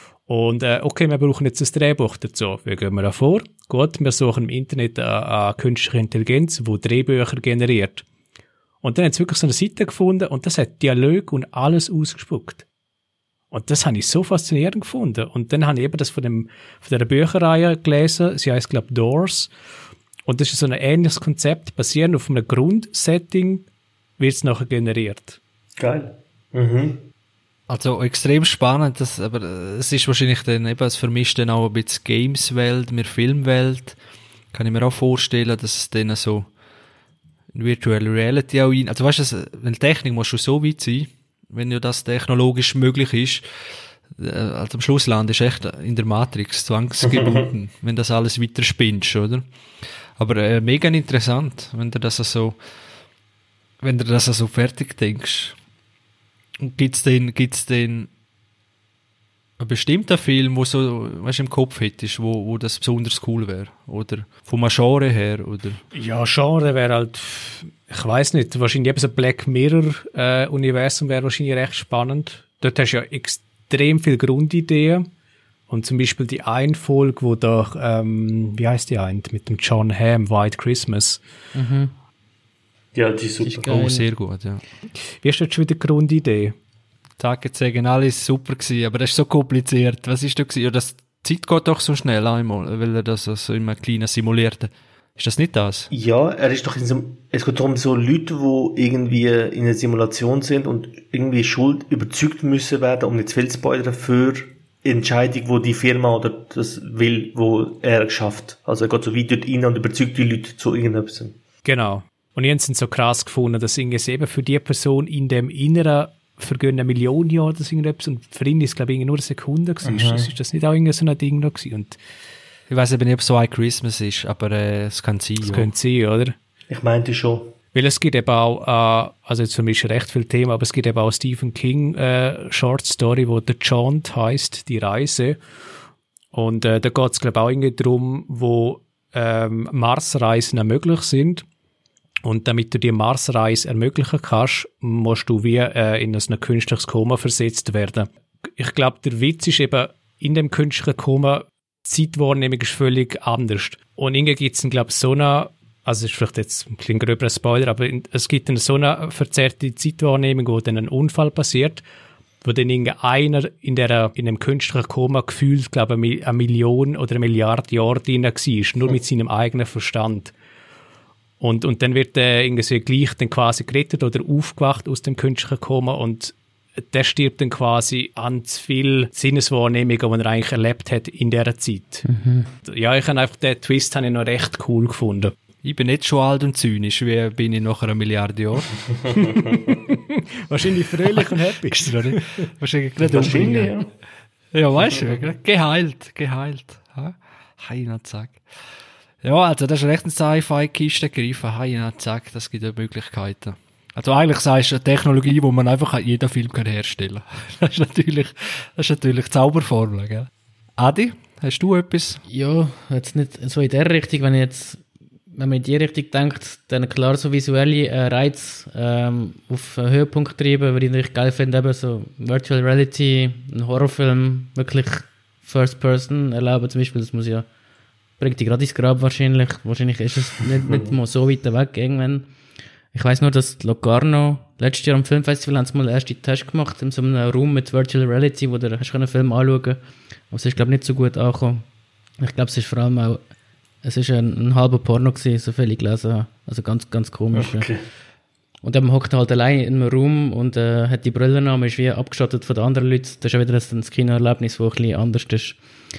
Und äh, okay, wir brauchen jetzt ein Drehbuch dazu. Wie gehen wir da vor? Gut, wir suchen im Internet eine, eine künstliche Intelligenz, die Drehbücher generiert. Und dann hat es wirklich so eine Seite gefunden und das hat Dialog und alles ausgespuckt. Und das habe ich so faszinierend gefunden. Und dann habe ich eben das von, dem, von der Bücherreihe gelesen. Sie heißt, glaube ich, Doors. Und das ist so ein ähnliches Konzept. Basierend auf einem Grundsetting wird es nachher generiert. Geil. Mhm. Also extrem spannend. Das, aber es ist wahrscheinlich dann eben, es vermischt dann auch ein bisschen Games-Welt mit Filmwelt. Kann ich mir auch vorstellen, dass es dann so in Virtual Reality auch rein. Also weißt du, wenn Technik muss schon so weit sein, wenn ja das technologisch möglich ist, also am Schluss landest du echt in der Matrix, zwangsgebunden, wenn das alles weiter spinnst, oder? Aber äh, mega interessant, wenn du das so, wenn du das so fertig denkst. Und gibt's den, gibt's den ein bestimmter Film, wo so, weißt du, im Kopf hättest, wo, wo das besonders cool wäre? Oder vom Genre her, oder? Ja, Genre wäre halt, ich weiss nicht, wahrscheinlich eben so Black Mirror-Universum äh, wäre wahrscheinlich recht spannend. Dort hast du ja extrem viele Grundideen. Und zum Beispiel die eine Folge, wo doch, ähm, wie heisst die eine, mit dem John Hamm, White Christmas. Mhm. Ja, die ist super. Die ist geil. Oh, sehr gut, ja. Wie ist dort schon wieder die Grundidee? Tag jetzt sagen, alles super gewesen, aber das ist so kompliziert. Was ist da gewesen? Ja, das Zeit geht doch so schnell einmal, weil er das so immer kleiner simuliert. Ist das nicht das? Ja, er ist doch in so, es geht darum, so Leute, die irgendwie in einer Simulation sind und irgendwie schuld überzeugt müssen werden, um nicht zu viel zu spoilern, für Entscheidung, wo die Firma oder das will, wo er schafft. Also er geht so weit dort rein und überzeugt die Leute zu irgendetwas. Genau. Und ich habe es so krass gefunden, dass irgendwie eben für die Person in dem Inneren vergehen eine Million Jahre das irgendetwas und für ihn ist es, glaube ich, nur eine Sekunde gewesen. Mhm. Ist das nicht auch irgendwie so ein Ding noch gewesen? Und ich weiss eben nicht, ob es so ein Christmas ist, aber äh, es kann sein. Das ja. könnte sein, oder? Ich meinte schon. Weil es gibt eben auch, äh, also jetzt für mich recht viel Thema, aber es gibt eben auch Stephen King äh, Short Story, wo The Jaunt heisst, die Reise. Und äh, da geht es, glaube ich, auch irgendwie darum, wo ähm, Marsreisen möglich sind. Und damit du die Marsreise ermöglichen kannst, musst du wie äh, in ein künstliches Koma versetzt werden. Ich glaube, der Witz ist eben, in dem künstlichen Koma, die Zeitwahrnehmung ist völlig anders. Und irgendwie gibt es, glaube ich, so eine, also es ist vielleicht jetzt ein bisschen gröberer Spoiler, aber es gibt dann so eine verzerrte Zeitwahrnehmung, wo dann ein Unfall passiert, wo dann irgendeiner in, der, in einem künstlichen Koma gefühlt, glaube ich, eine Million oder eine Milliarde Jahre drin war, nur mit seinem eigenen Verstand. Und, und dann wird er irgendwie gleich dann quasi gerettet oder aufgewacht aus dem künstlichen Koma und der stirbt dann quasi an zu viel Sinneswahrnehmungen, die er eigentlich erlebt hat in dieser Zeit. Mhm. Ja, ich habe einfach den Twist habe ich noch recht cool gefunden. Ich bin nicht schon alt und zynisch, wie bin ich nach einer Milliarde Jahre. Wahrscheinlich fröhlich und happy. Wahrscheinlich nicht Wahrscheinlich, ja. Ja, weißt du, geheilt, geheilt. Heina, zack. Ja, also das ist recht eine Sci-Fi-Kiste gegriffen. Heina, zack, das gibt ja Möglichkeiten. Also eigentlich sagst du eine Technologie, die man einfach an jedem Film kann herstellen kann. Das ist natürlich, das ist natürlich Zauberformel, gell? Adi, hast du etwas? Ja, jetzt nicht so in der Richtung, wenn ich jetzt, wenn man in die Richtung denkt, dann klar so visuelle äh, Reiz ähm, auf einen Höhepunkt treiben, weil ich natürlich geil finde, eben so Virtual Reality, ein Horrorfilm, wirklich First Person erlauben zum Beispiel, das muss ja, bringt die gerade ins Grab wahrscheinlich, wahrscheinlich ist es nicht, nicht mal so weit weg irgendwann. Ich weiss nur, dass Locarno, letztes Jahr am Filmfestival haben sie mal den ersten Test gemacht, in so einem Raum mit Virtual Reality, wo du hast einen Film anschauen kannst. Aber es ist, glaube ich, nicht so gut angekommen. Ich glaube, es ist vor allem auch, es ist ein, ein halber Porno gewesen, so viel ich gelesen habe. Also ganz, ganz komisch. Okay. Und dann hockt er halt allein in einem Raum und äh, hat die Brille an, ist wie abgeschottet von den anderen Leuten. Das ist ja wieder ein Kinoerlebnis, das ein bisschen anders ist.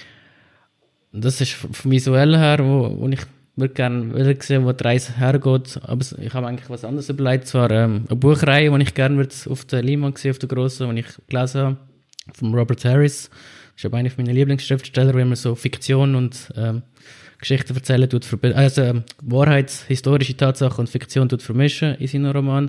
Und das ist vom Visuellen her, wo, wo ich würde gerne sehen, wo die Reise hergeht. Aber ich habe eigentlich was anderes überlegt. Zwar ähm, eine Buchreihe, die ich gerne auf der Leinwand gesehen, auf der grossen, die ich gelesen habe, von Robert Harris. Das ist einer meiner Lieblingsschriftsteller, wie man so Fiktion und ähm, Geschichten erzählen tut, also ähm, Wahrheit, historische Tatsachen und Fiktion tut vermischen in seinem Roman.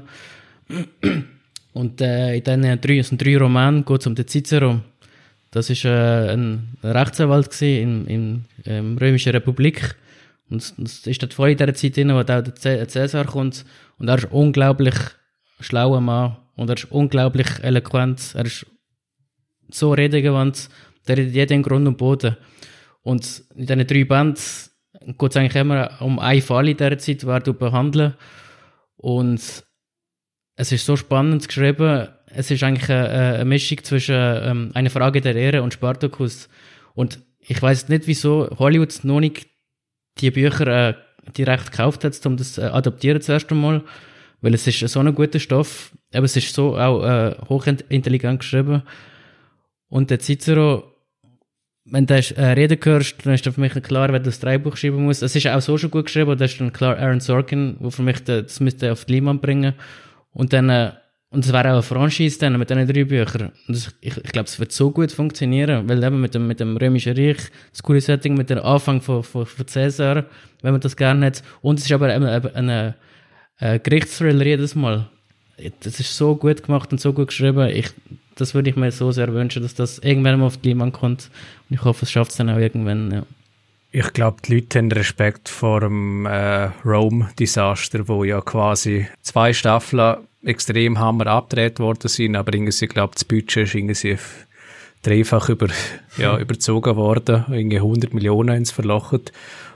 Und äh, in diesen drei, also drei Romanen geht es um den Cicero. Das war äh, ein Rechtsanwalt in, in ähm, Römischer Republik. Und das ist dort voll in dieser Zeit drin, wo auch der Cäsar kommt. Und er ist unglaublich schlauer Mann. Und er ist unglaublich eloquent. Er ist so redegewandt. Der hat jeden Grund und Boden. Und in diesen drei Bänden geht es eigentlich immer um einen Fall in dieser Zeit, den du behandeln. Und es ist so spannend geschrieben. Es ist eigentlich eine, eine Mischung zwischen ähm, einer Frage der Ehre und Spartacus. Und ich weiss nicht, wieso Hollywood noch nicht die Bücher äh, direkt gekauft hat, um das zu äh, adaptieren zuerst einmal. Weil es ist so ein guter Stoff. Aber es ist so auch äh, hochintelligent geschrieben. Und der Cicero, wenn du äh, reden hörst, dann ist dann für mich klar, wer das Drehbuch schreiben muss. Es ist auch so schon gut geschrieben, da ist dann klar Aaron Sorkin, der für mich de, das müsste auf die Leinwand bringen. Und dann, äh, und es wäre auch eine Franchise dann mit diesen drei Büchern. Und das, ich, ich glaube, es wird so gut funktionieren, weil eben mit dem, mit dem Römischen Reich, das coole Setting, mit dem Anfang von, von, von Caesar, wenn man das gerne hat. Und es ist aber eben, eben ein äh, Gerichtsthriller jedes Mal. Das ist so gut gemacht und so gut geschrieben. Ich, das würde ich mir so sehr wünschen, dass das irgendwann mal auf die Leinwand kommt. Und ich hoffe, es schafft es dann auch irgendwann, ja. Ich glaube, die Leute haben Respekt vor dem äh, Rome-Desaster, wo ja quasi zwei Staffeln extrem hammer abgedreht worden sind, aber irgendwie, glaube das Budget ist irgendwie dreifach über, ja, überzogen worden, irgendwie hundert Millionen ins verlocht.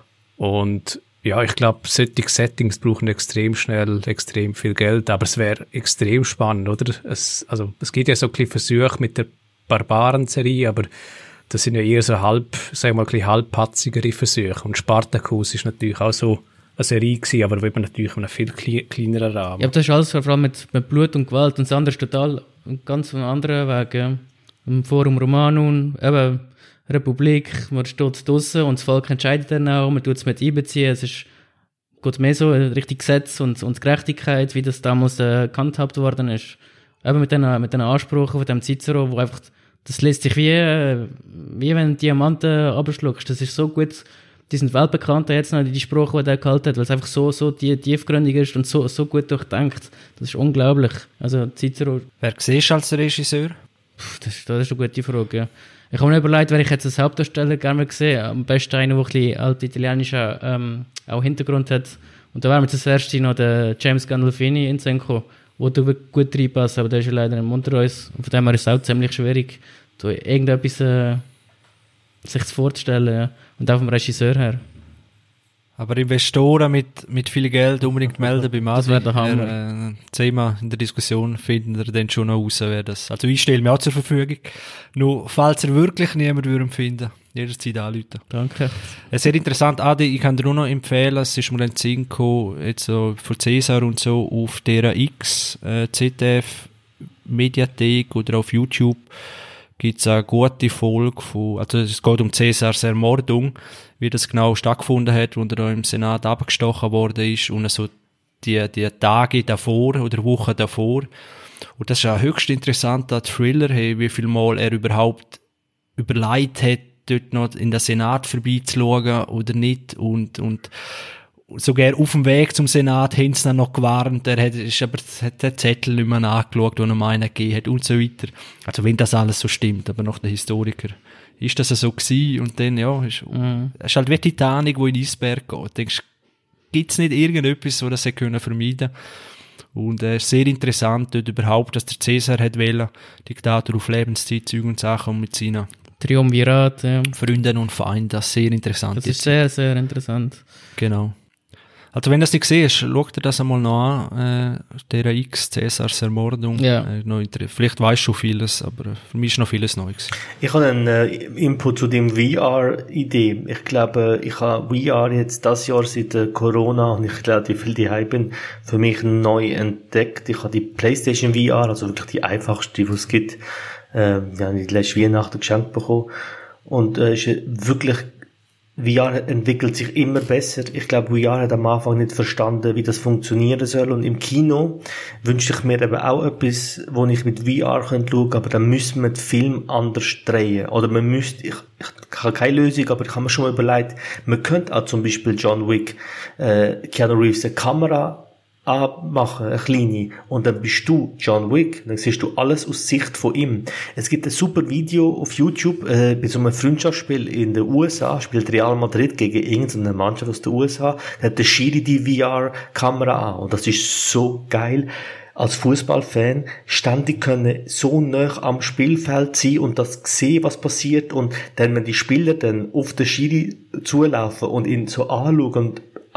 Und ja, ich glaube, solche Settings brauchen extrem schnell extrem viel Geld, aber es wäre extrem spannend, oder? Es, also, es gibt ja so ein bisschen Versuche mit der Barbaren-Serie, aber das sind ja eher so halb, sagen wir mal, ein bisschen halbpatzigere Versuche. Und Spartacus ist natürlich auch so eine Serie gewesen, aber eben natürlich in einem viel kleineren Rahmen. Ja, aber das ist alles vor allem mit, mit Blut und Gewalt und das andere ist total ganz von anderen Weg. Ja. Im Forum Romanum, eben Republik, man steht draussen und das Volk entscheidet dann auch, man tut es mit einbeziehen. Es ist geht mehr so richtig Gesetz und, und Gerechtigkeit, wie das damals äh, gehandhabt worden ist. Eben mit den mit den Ansprüchen von dem Cicero, wo einfach, das lässt sich wie, äh, wie wenn du Diamanten abschluckst. Das ist so gut. Die sind weltbekannt jetzt noch, die Sprache, die er gehalten hat, weil es einfach so, so tiefgründig ist und so, so gut durchdenkt. Das ist unglaublich. Also, Cicero. Wer siehst du als Regisseur? Puh, das, ist, das ist eine gute Frage, ja. Ich habe mir überlegt, wer ich jetzt als Hauptdarsteller gerne mal gesehen. Am besten einer, der ein bisschen alt italienischer, ähm, auch Hintergrund hat. Und da wäre mir das erste noch der James Gandolfini in Senko, wo du gut reinpasst, aber der ist ja leider in Montreux. Und von dem her ist es auch ziemlich schwierig, da irgendetwas, äh, sich zu vorzustellen, ja. Und auch vom Regisseur her. Aber Investoren mit, mit viel Geld unbedingt melden beim Das wäre der Hammer. Äh, Thema in der Diskussion finden wir dann schon noch raus, wer das. Also ich stelle mir auch zur Verfügung. Nur, falls ihr wirklich niemand würden finden, jederzeit anrufen. Danke. Äh, sehr interessant, Adi, ich kann dir nur noch empfehlen, es ist mir ein Sinn gekommen, jetzt so von Cäsar und so, auf der X, äh, Z D F, Mediathek oder auf YouTube, gibt es eine gute Folge von, also es geht um Cäsars Ermordung, wie das genau stattgefunden hat, wo er da im Senat abgestochen worden ist und so die, die Tage davor oder Wochen davor. Und das ist ein höchst interessanter Thriller, hey, wie viel Mal er überhaupt überlegt hat, dort noch in den Senat vorbeizuschauen oder nicht und, und sogar auf dem Weg zum Senat haben sie dann noch gewarnt, er hat, ist aber, hat den Zettel nicht mehr angeschaut, den er ihm einen gegeben hat und so weiter. Also wenn das alles so stimmt, aber nach den Historiker ist das so gewesen und dann, ja, ist, Mhm. es ist halt wie Titanic, wo in den Eisberg geht. Du denkst, gibt's nicht irgendetwas, wo das sie können vermeiden? Und es äh, ist sehr interessant, dort überhaupt, dass der Cäsar hat wollen, Diktator auf Lebenszeit, Zeug und Sachen und mit seinen Triumvirat, ja. Freunden und Feinden, das ist sehr interessant. Das ist sehr, sehr interessant. Genau. Also wenn du das nicht siehst, schau dir das einmal noch an, äh, der X, Cäsars Ermordung. Ja. Äh, noch inter- Vielleicht weißt du schon vieles, aber für mich ist noch vieles Neues. Ich habe einen äh, Input zu dem V R-Idee. Ich glaube, ich habe V R jetzt das Jahr seit äh, Corona und ich glaube, wie viel die hype bin, für mich neu entdeckt. Ich habe die PlayStation V R, also wirklich die einfachste, die es gibt, äh, ja, die letzte Weihnachten geschenkt bekommen. Und äh, ist wirklich, V R entwickelt sich immer besser. Ich glaube, V R hat am Anfang nicht verstanden, wie das funktionieren soll. Und im Kino wünschte ich mir eben auch etwas, wo ich mit V R schauen könnte, aber dann müssen wir den Film anders drehen. Oder man müsste, ich, ich habe keine Lösung, aber ich habe mir schon mal überlegt, man könnte auch zum Beispiel John Wick, äh, Keanu Reeves, eine Kamera abmachen, eine kleine, und dann bist du John Wick, dann siehst du alles aus Sicht von ihm. Es gibt ein super Video auf YouTube, äh, bei so einem Freundschaftsspiel in den U S A, spielt Real Madrid gegen irgendeine Mannschaft aus den U S A, da hat der Schiri die V R-Kamera an, und das ist so geil. Als Fußballfan ständig können so nah am Spielfeld sein und das sehen, was passiert, und dann, wenn die Spieler dann auf den Schiri zulaufen und ihn so anschauen und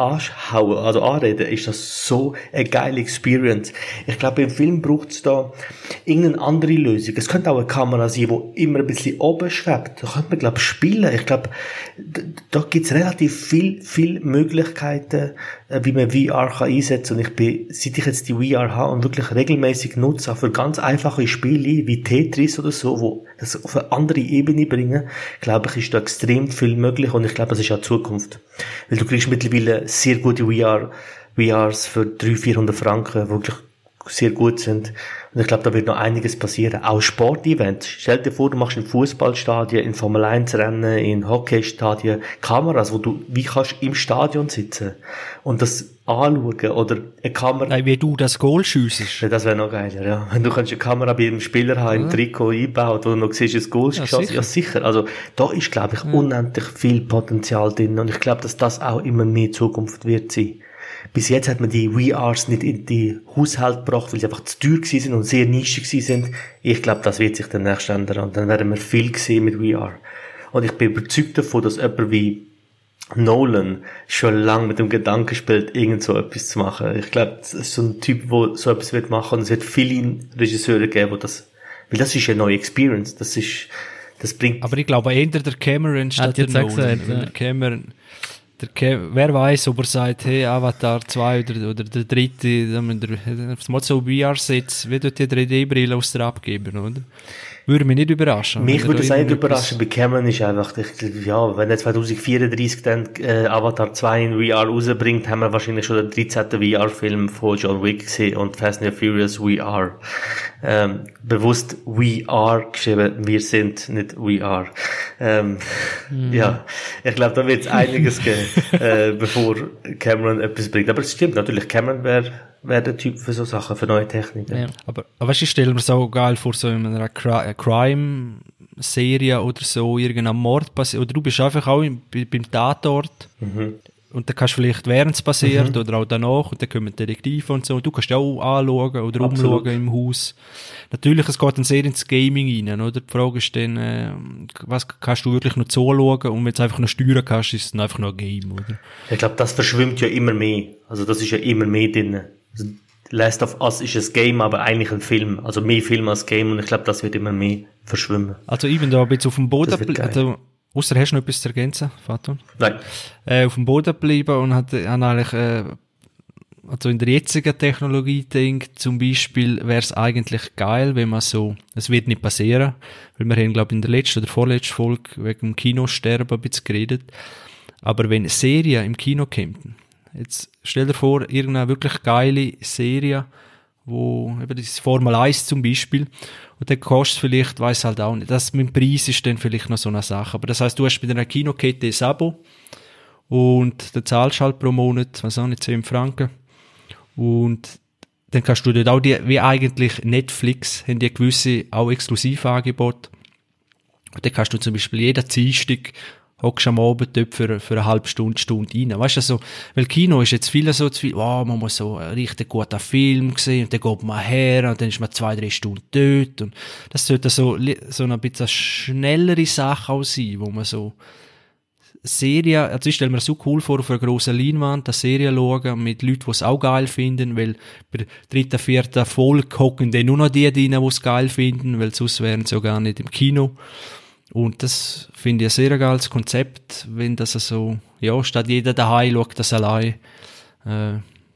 anschauen, also anreden, ist das so eine geile Experience. Ich glaube, im Film braucht es da irgendeine andere Lösung. Es könnte auch eine Kamera sein, die immer ein bisschen oben schwebt. Da könnte man, glaube ich, spielen. Ich glaube, da gibt es relativ viel, viel Möglichkeiten, wie man V R kann einsetzen. Und ich bin, seit ich jetzt die V R habe und wirklich regelmäßig nutze, auch für ganz einfache Spiele wie Tetris oder so, wo das auf eine andere Ebene bringen, glaube ich, ist da extrem viel möglich und ich glaube, das ist auch die Zukunft. Weil du kriegst mittlerweile sehr gute V R, V Rs für dreihundert, vierhundert Franken, die wirklich sehr gut sind. Und ich glaube, da wird noch einiges passieren. Auch Sportevents. Stell dir vor, du machst in Fußballstadien, in Formel eins Rennen, in Hockeystadien Kameras, wo du, wie kannst im Stadion sitzen und das anschauen oder eine Kamera. Nein, wie du das Goal schiessest. Ja, das wäre noch geiler, ja. Wenn du kannst eine Kamera bei einem Spieler haben, im ja. Trikot einbaut, wo du noch siehst, das Goal ja, geschossen. sicher. Ja, sicher. Also, da ist, glaube ich, ja. unendlich viel Potenzial drin und ich glaube, dass das auch immer mehr Zukunft wird sein. Bis jetzt hat man die V Rs nicht in die Haushalte gebracht, weil sie einfach zu teuer gewesen sind und sehr nischig gewesen sind. Ich glaube, das wird sich demnächst ändern und dann werden wir viel sehen mit V R. Und ich bin überzeugt davon, dass jemand wie Nolan schon lange mit dem Gedanken spielt, irgend so etwas zu machen. Ich glaube, das ist so ein Typ, der so etwas wird machen und es wird viele Regisseure geben, die das, weil das ist eine neue Experience. Das ist, das bringt. Aber ich glaube, eher der Cameron statt der Nolan. Gesagt, ja. Der Cameron, der Cam- wer weiß, ob er sagt, hey, Avatar zwei oder, oder der dritte, da müssen wir mal so V R-Sets, wie dort die drei D-Brille aus der abgeben, oder? Würde mich nicht überraschen. Mich würde es auch nicht überraschen. Bei Cameron ist einfach, ich, ja, wenn er zwanzig vierunddreißig dann äh, Avatar zwei in V R rausbringt, haben wir wahrscheinlich schon den dreizehnten V R-Film von John Wick gesehen und Fast and Furious V R. Ähm, bewusst V R geschrieben, wir sind nicht V R. Ähm, mhm. Ja, ich glaube, da wird es einiges geben, äh, bevor Cameron etwas bringt. Aber es stimmt natürlich, Cameron wäre wär der Typ für so Sachen, für neue Techniken. Ja. Aber, aber weißt du, ich stelle mir so geil vor, so in einer Cri- Crime-Serie oder so, irgendein Mord passiert, oder du bist einfach auch im, beim Tatort, mhm. und dann kannst du vielleicht während es passiert, mhm. oder auch danach, und dann kommen Detektive und so, du kannst auch anschauen oder Absolut. umschauen im Haus. Natürlich, es geht dann sehr ins Gaming rein, oder? Die Frage ist dann, äh, was kannst du wirklich noch zuschauen, und wenn du einfach noch steuern kannst, ist es dann einfach noch ein Game, oder? Ich glaube, das verschwimmt ja immer mehr. Also das ist ja immer mehr drin. Also Last of Us ist ein Game, aber eigentlich ein Film. Also mehr Film als Game, und ich glaube, das wird immer mehr verschwimmen. Also ich bin da ein bisschen auf dem Boden, also, ausser hast du noch etwas zu ergänzen, Faton? Nein. Äh, auf dem Boden geblieben und hat, hat eigentlich, äh, also in der jetzigen Technologie denkt, zum Beispiel wäre es eigentlich geil, wenn man so, es wird nicht passieren, weil wir haben, glaube ich, in der letzten oder vorletzten Folge wegen dem Kinosterben ein bisschen geredet, aber wenn Serien im Kino kämen, jetzt stell dir vor, irgendeine wirklich geile Serie, wo, eben das Formel eins zum Beispiel, und dann kostet es vielleicht, weiss halt auch nicht, das mit dem Preis ist dann vielleicht noch so eine Sache, aber das heisst, du hast bei einer Kinokette ein Abo und dann zahlst du halt pro Monat, weiß auch nicht, zehn Franken, und dann kannst du dort auch die, wie eigentlich Netflix, haben die gewisse auch Exklusivangebote, und dann kannst du zum Beispiel jeden Dienstag hockst am Abend dort für, für eine halbe Stunde, Stunde rein. Weißt du, so, weil Kino ist jetzt viele so zu viel, oh, man muss so einen richtig guten Film sehen, und dann geht man her, und dann ist man zwei, drei Stunden dort, und das sollte so, so ein bisschen schnellere Sache auch sein, wo man so Serien, also ich stelle mir das so cool vor, auf einer grossen Leinwand eine Serie schauen, mit Leuten, die es auch geil finden, weil bei der dritten, vierten Folge hocken dann nur noch die drin, die es geil finden, weil sonst wären sie ja gar nicht im Kino. Und das finde ich ein sehr geiles Konzept, wenn das so, ja, statt jeder daheim schaut das allein. Äh,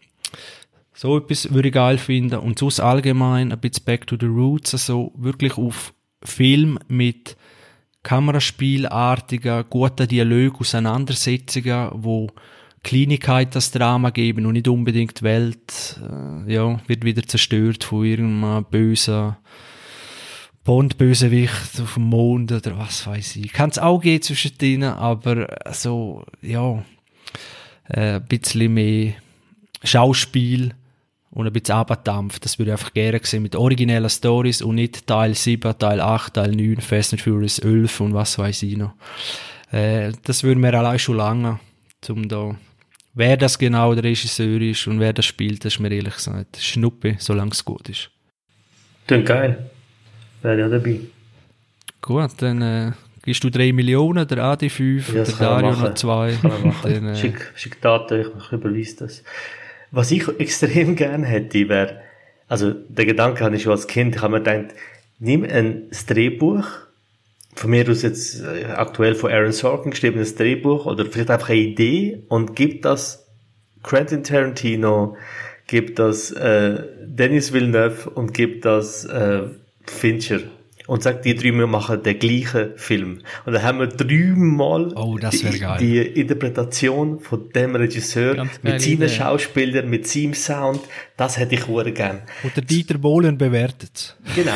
so etwas würde ich geil finden. Und sonst allgemein ein bisschen back to the roots, also wirklich auf Film mit Kameraspielartigen, guten Dialogen, Auseinandersetzungen, wo Kleinigkeit das Drama geben und nicht unbedingt die Welt, äh, ja, wird wieder zerstört von irgendeinem bösen Bond-Bösewicht auf dem Mond oder was weiß ich. Kann es auch gehen zwischen denen, aber so, ja, äh, ein bisschen mehr Schauspiel und ein bisschen Abdampf. Das würde ich einfach gerne sehen mit originellen Stories und nicht Teil sieben, Teil acht, Teil neun, Fast and Furious elf und was weiß ich noch. Äh, das würde mir allein schon lange, um da, wer das genau der Regisseur ist und wer das spielt, das ist mir ehrlich gesagt Schnuppe, solange es gut ist. Klingt geil. Wäre ja dabei. Gut, dann äh, Gibst du drei Millionen, der Adi fünf, Ja, der das kann man Dario machen. noch zwei. Kann man machen. Dann, äh, Schick, schick Daten, ich, ich überweise das. Was ich extrem gerne hätte, wäre, also der Gedanke hatte ich schon als Kind, ich habe mir gedacht, nimm ein Drehbuch, von mir aus jetzt äh, aktuell von Aaron Sorkin geschriebenes Drehbuch oder vielleicht einfach eine Idee und gib das Quentin Tarantino, gib das äh, Denis Villeneuve und gib das äh, Fincher. Und sagt, die drei wir machen den gleichen Film. Und dann haben wir dreimal Oh, das wär die, geil. die Interpretation von dem Regisseur Ganz geile mit seinen Idee. Schauspielern, mit seinem Sound. Das hätte ich sehr gern. und der Dieter Bohlen bewertet. Genau.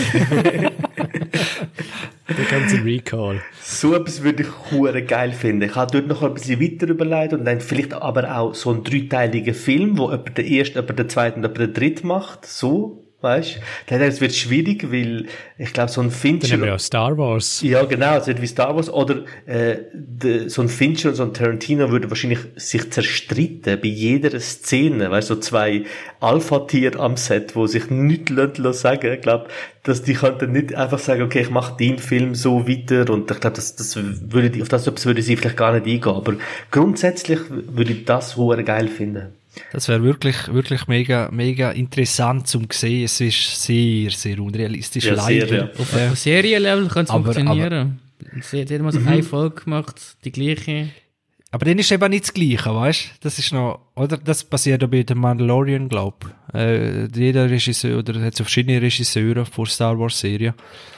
Der ganze Recall. So etwas würde ich sehr geil finden. Ich habe dort noch ein bisschen weiter überlegt und dann vielleicht aber auch so einen dreiteiligen Film, wo jemand den ersten, jemand den zweiten und jemand den dritten macht. So. Weißt du? Das wird schwierig, weil ich glaube, so ein Fincher. Dann haben wir ja Star Wars. Ja, genau, es wird wie Star Wars. Oder äh, de, so ein Fincher und so ein Tarantino würde wahrscheinlich sich zerstritten bei jeder Szene. Weißt du, so zwei Alpha-Tier am Set, wo sich nichts lassen sagen. Ich glaube, dass die könnten nicht einfach sagen, okay, ich mache den Film so weiter. Und ich glaube, das, das würde die, auf das würde sie vielleicht gar nicht eingehen. Aber grundsätzlich würde ich das sehr geil finden. Das wäre wirklich, wirklich mega, mega interessant zum sehen. Es ist sehr, sehr unrealistisch, Ja, leider. sehr, ja. Auf, auf Serienlevel kann es Aber- funktionieren. Sie hat mal so eine Folge gemacht, die gleiche. Aber dann ist eben nicht das Gleiche, weißt du? Das ist noch, oder? Das passiert auch bei The Mandalorian, glaub ich. Äh, jeder Regisseur, oder hat so verschiedene Regisseure vor Star Wars Serie,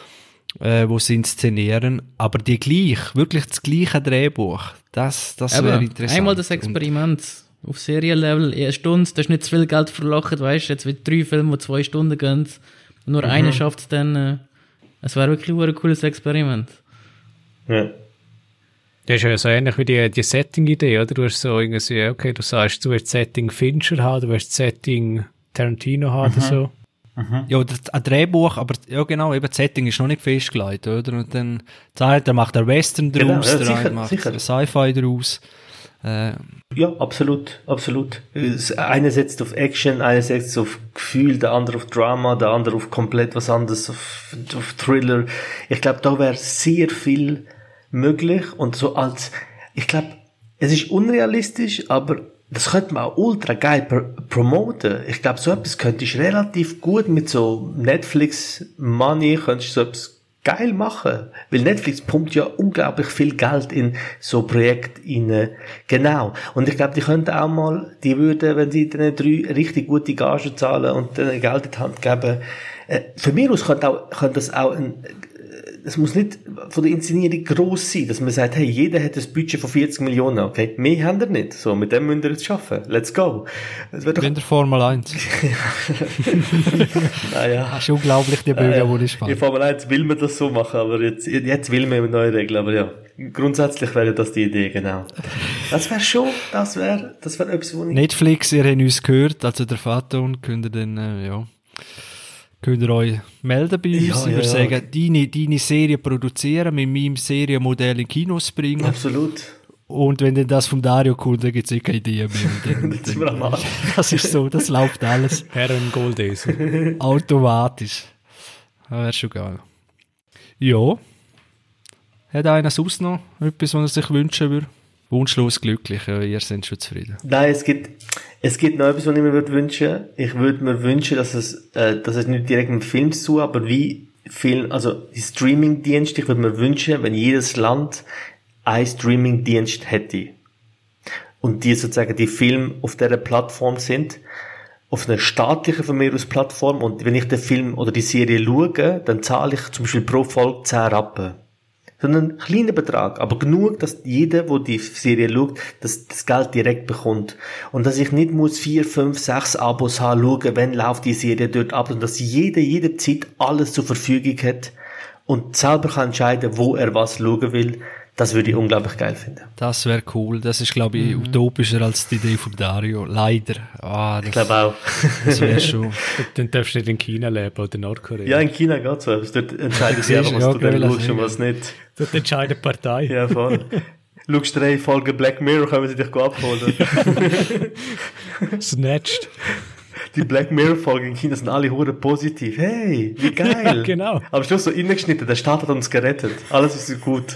äh, wo sie inszenieren. Aber die gleich, wirklich das gleiche Drehbuch, das, das wäre Aber interessant. einmal das Experiment auf Serienlevel, eine Stunde, da ist nicht zu viel Geld verlocht, weißt du, jetzt wird drei Filme, die zwei Stunden gehen, und nur einer schafft es dann. Äh, es wäre wirklich ein cooles Experiment. Ja. Das ist ja so ähnlich wie die, die Setting-Idee, oder? Du hast so irgendwie, okay, du sagst, du willst Setting Fincher haben, du willst Setting Tarantino haben oder so. Ja, oder ein Drehbuch, aber ja genau, eben das Setting ist noch nicht festgelegt, oder? Und dann zahlt, der macht der Western Genau, draus, ja, der sicher, eine macht sicher. Sci-Fi draus. Äh, Ja, absolut, absolut. Das eine setzt auf Action, eine setzt auf Gefühl, der andere auf Drama, der andere auf komplett was anderes, auf, auf Thriller. Ich glaube, da wäre sehr viel möglich und so als, ich glaube, es ist unrealistisch, aber das könnte man auch ultra geil pr- promoten. Ich glaube, so etwas könntest du relativ gut mit so Netflix Money, könntest du so etwas geil machen. Weil Netflix pumpt ja unglaublich viel Geld in so Projekte rein. Genau. Und ich glaube, die könnten auch mal, die würden, wenn sie den drei richtig gute Gagen zahlen und denen Geld in die Hand geben, äh, für mich aus könnte, auch, könnte das auch ein, es muss nicht von der Inszenierung gross sein, dass man sagt, hey, jeder hat ein Budget von vierzig Millionen, okay? Mehr haben wir nicht. So, mit dem müsst ihr jetzt schaffen. Let's go. Das wäre doch, in der Formel eins. naja. Das ist unglaublich, die Bögen, die ich In spannend. Formel eins will man das so machen, aber jetzt, jetzt will man neue Regeln, aber ja. Grundsätzlich wäre das die Idee, genau. Das wäre schon, das wäre, das wäre etwas, wo ich... Netflix, ihr habt uns gehört, also der Faton, könnt ihr dann, äh, ja, könnt ihr euch melden bei uns. Ja, ich ja, würde ja. sagen, deine, deine Serie produzieren, mit meinem Serienmodell in Kinos bringen. Absolut. Und wenn dann das vom Dario kommt, dann gibt es eh keine Idee mehr. Und Jetzt sind wir am Arsch. das ist so, das läuft alles Herren Goldesel. automatisch. Das wäre schon geil. Ja. Hat einer sonst noch etwas, was er sich wünschen würde? Wunschlos glücklich, ja, ihr seid schon zufrieden. Nein, es gibt, es gibt noch etwas, was ich mir würde wünschen. Ich würde mir wünschen, dass es, äh, dass es nicht direkt mit dem Film zu tun, aber wie Film, also die Streaming-Dienste, ich würde mir wünschen, wenn jedes Land einen Streaming-Dienst hätte. Und die sozusagen die Filme auf dieser Plattform sind, auf einer staatlichen von mir aus Plattform, und wenn ich den Film oder die Serie schaue, dann zahle ich zum Beispiel pro Folge zehn Rappen. Sondern ein kleiner Betrag, aber genug, dass jeder, der die Serie schaut, das, das Geld direkt bekommt. Und dass ich nicht muss vier, fünf, sechs Abos haben, schauen, wenn läuft die Serie dort ab, und dass jeder jederzeit alles zur Verfügung hat und selber kann entscheiden, wo er was schauen will. Das würde ich unglaublich geil finden. Das wäre cool. Das ist, glaube ich, utopischer als die Idee von Dario. Leider. Ah, Ich das, glaube auch. das wäre schon... Dann darfst du nicht in China leben oder Nordkorea. Ja, in China geht's so. Dort entscheiden sie einfach, was Ja, du dann geil, schaust und ja. was nicht. Dort entscheidet die Partei. Ja, voll. Schaust drei Folgen Black Mirror, können sie dich abholen. Snatched. die Black Mirror-Folgen in China sind alle hure positiv. Hey, wie geil. Ja, genau. Aber Schluss so reingeschnitten, der Staat hat uns gerettet. Alles ist so gut.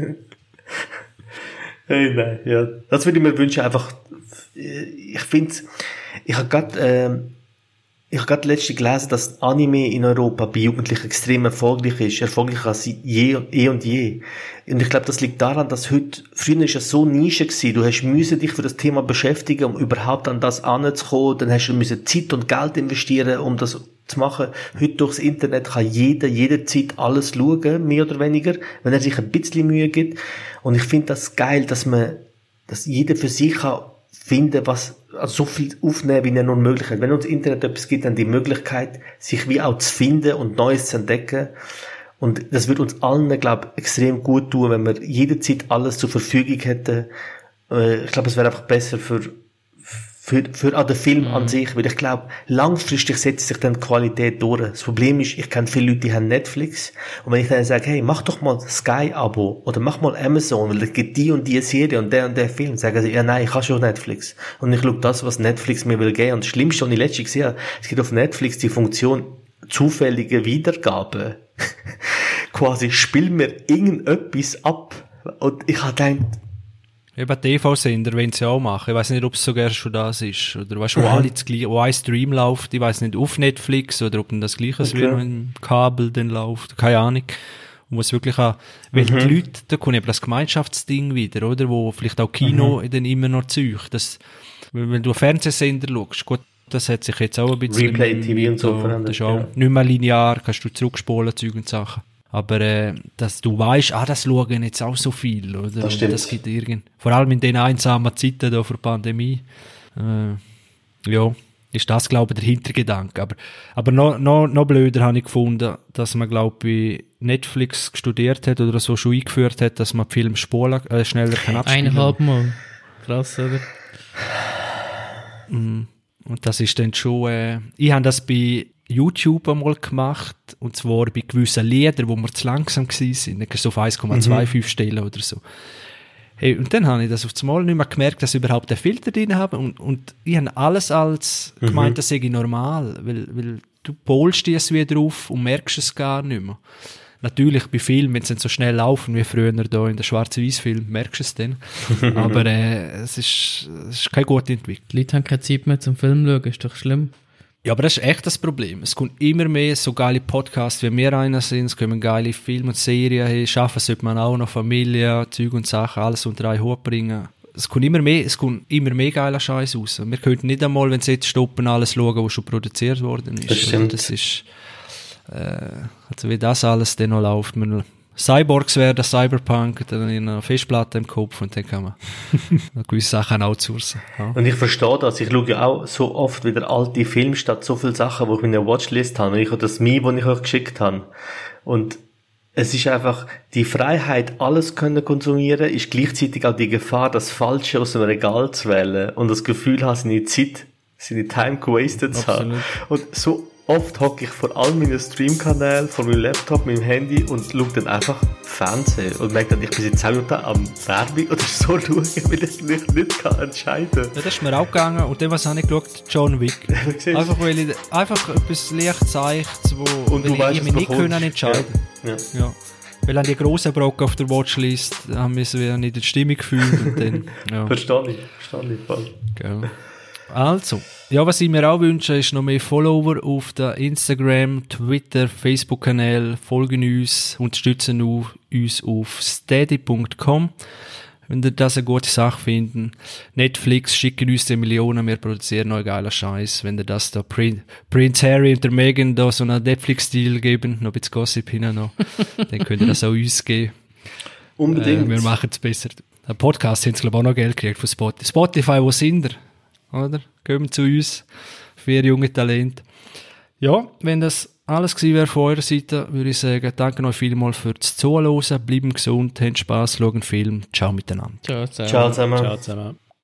Hey, nein, ja. Das würde ich mir wünschen, einfach, ich finde, ich habe gerade, ähm, ich habe gerade letztens gelesen, dass Anime in Europa bei Jugendlichen extrem erfolgreich ist, erfolgreicher als je, eh und je. Und ich glaube, das liegt daran, dass heute, früher ist es so Nische gewesen, du hast müssen dich für das Thema beschäftigen, um überhaupt an das anzukommen, dann hast du müssen Zeit und Geld investieren, um das zu machen. Heute durchs Internet kann jeder jederzeit alles schauen, mehr oder weniger, wenn er sich ein bisschen Mühe gibt. Und ich finde das geil, dass man, dass jeder für sich kann finden, was, also so viel aufnehmen, wie er nur möglich hat. Wenn uns Internet etwas gibt, dann die Möglichkeit, sich wie auch zu finden und Neues zu entdecken. Und das wird uns allen, glaube ich, extrem gut tun, wenn wir jederzeit alles zur Verfügung hätten. Ich glaube, es wäre einfach besser für, für, für auch den Film mhm. an sich, weil ich glaube, langfristig setzt sich dann die Qualität durch. Das Problem ist, ich kenne viele Leute, die haben Netflix, und wenn ich dann sage, hey, mach doch mal Sky-Abo, oder mach mal Amazon, weil es gibt die und die Serie und der und der Film, sagen sie, ja nein, ich habe schon Netflix. Und ich schaue das, was Netflix mir will geben. Und das Schlimmste, was ich letztens gesehen habe, es gibt auf Netflix die Funktion zufällige Wiedergabe. Quasi, spiel mir irgendetwas ab. Und ich habe gedacht, eben T V-Sender, wenn sie auch machen. Ich weiss nicht, ob es sogar schon das ist. Oder weißt du, wo alle das gleiche, wo ein Stream läuft, ich weiss nicht, auf Netflix, oder ob dann das gleiche okay. wie noch im Kabel dann läuft, keine Ahnung. Und wo es wirklich auch, weil mhm. die Leute, da kommt eben das Gemeinschaftsding wieder, oder? Wo vielleicht auch Kino mhm. dann immer noch zeugt. Das, wenn du einen Fernsehsender schaust, gut, das hat sich jetzt auch ein bisschen... Replay-T V und so verändert. Das ist auch ja. nicht mehr linear, kannst du zurückspulen, Zeug und Sachen. Aber äh, dass du weißt, ah, das schauen jetzt auch so viel, oder? Das stimmt. Das gibt irgend, vor allem in den einsamen Zeiten da vor der Pandemie. Äh, ja, ist das, glaube ich, der Hintergedanke. Aber, aber noch, noch, noch blöder habe ich gefunden, dass man, glaube ich, Netflix studiert hat oder so schon eingeführt hat, dass man Film spulen, äh, schneller kann abspielen. Eineinhalb Mal. Krass, oder? Mm. Und das ist dann schon, äh, ich habe das bei YouTube einmal gemacht, und zwar bei gewissen Liedern, wo wir zu langsam waren, nicht so auf eins Komma fünfundzwanzig mhm. stellen oder so. Hey, und dann habe ich das auf das Mal nicht mehr gemerkt, dass ich überhaupt einen Filter drin habe, und, und ich habe alles als mhm. gemeint, das sei normal, weil, weil du polst es wieder drauf und merkst es gar nicht mehr. Natürlich bei Filmen, wenn sie so schnell laufen wie früher da in der Schwarz-Weiß-Film, merkst du es dann. Aber äh, es, ist, es ist keine gute Entwicklung. Die Leute haben keine Zeit mehr zum Film schauen, ist doch schlimm. Ja, aber das ist echt das Problem. Es kommt immer mehr so geile Podcasts, wie wir einer sind. Es kommen geile Filme und Serien. Hey, schaffen sollte man auch noch Familie, Zeug und Sachen, alles unter einen Hut bringen. Es kommt immer mehr, es kommt immer mehr geiler Scheiß raus. Wir könnten nicht einmal, wenn sie jetzt stoppen, alles schauen, was schon produziert worden ist. Das stimmt. Das ist, äh, also wie das alles dann noch läuft. Man, Cyborgs werden Cyberpunk, dann in einer Festplatte im Kopf, und dann kann man gewisse Sachen outsourcen. Ja. Und ich verstehe das. Ich schaue ja auch so oft wieder alte Filme statt so viele Sachen, die ich in der Watchlist habe. Und ich habe das Meme, das ich euch geschickt habe. Und es ist einfach, die Freiheit, alles können konsumieren, ist gleichzeitig auch die Gefahr, das Falsche aus dem Regal zu wählen und das Gefühl haben, seine Zeit, seine Time gewastet zu haben. Und so oft hocke ich vor all meinen Streamkanälen, vor meinem Laptop, meinem Handy und schaue dann einfach Fernsehen und merke dann, ich bin jetzt zehn Minuten am Werbung oder so schauen, weil ich mich nicht kann entscheiden kann. Ja, das ist mir auch gegangen, und dann, was habe ich geschaut? John Wick. Einfach, weil ich einfach etwas leicht zeigt, wo und du weil weißt, ich mich nicht können entscheiden. Ja. Ja. Ja. Weil an die grossen Brocken auf der Watchlist haben wir wieder nicht in die Stimmung gefühlt. Und dann, ja. Verstehe ich, verstehe ich voll. Genau. Also, ja, was ich mir auch wünsche, ist noch mehr Follower auf der Instagram, Twitter, Facebook-Kanal. Folgen uns, unterstützen uns auf steady punkt com. Wenn ihr das eine gute Sache finden. Netflix schicken uns die Millionen, wir produzieren noch geiler Scheiß. Wenn ihr das da Prin- Prince Harry und der Meghan da so einen Netflix-Deal geben, noch ein bisschen Gossip hinein noch, dann könnt ihr das auch uns geben. Unbedingt. Äh, wir machen es besser. Der Podcast haben sie, glaube ich, auch noch Geld gekriegt von Spotify. Spotify, wo sind ihr? Oder? Kommen zu uns. Vier junge Talente. Ja, wenn das alles gewesen wäre von eurer Seite, würde ich sagen, danke euch vielmals fürs Zuhören. Bleiben gesund, habt Spass, schauen Film. Ciao miteinander. Ciao zusammen. Ciao zusammen. Ciao zusammen.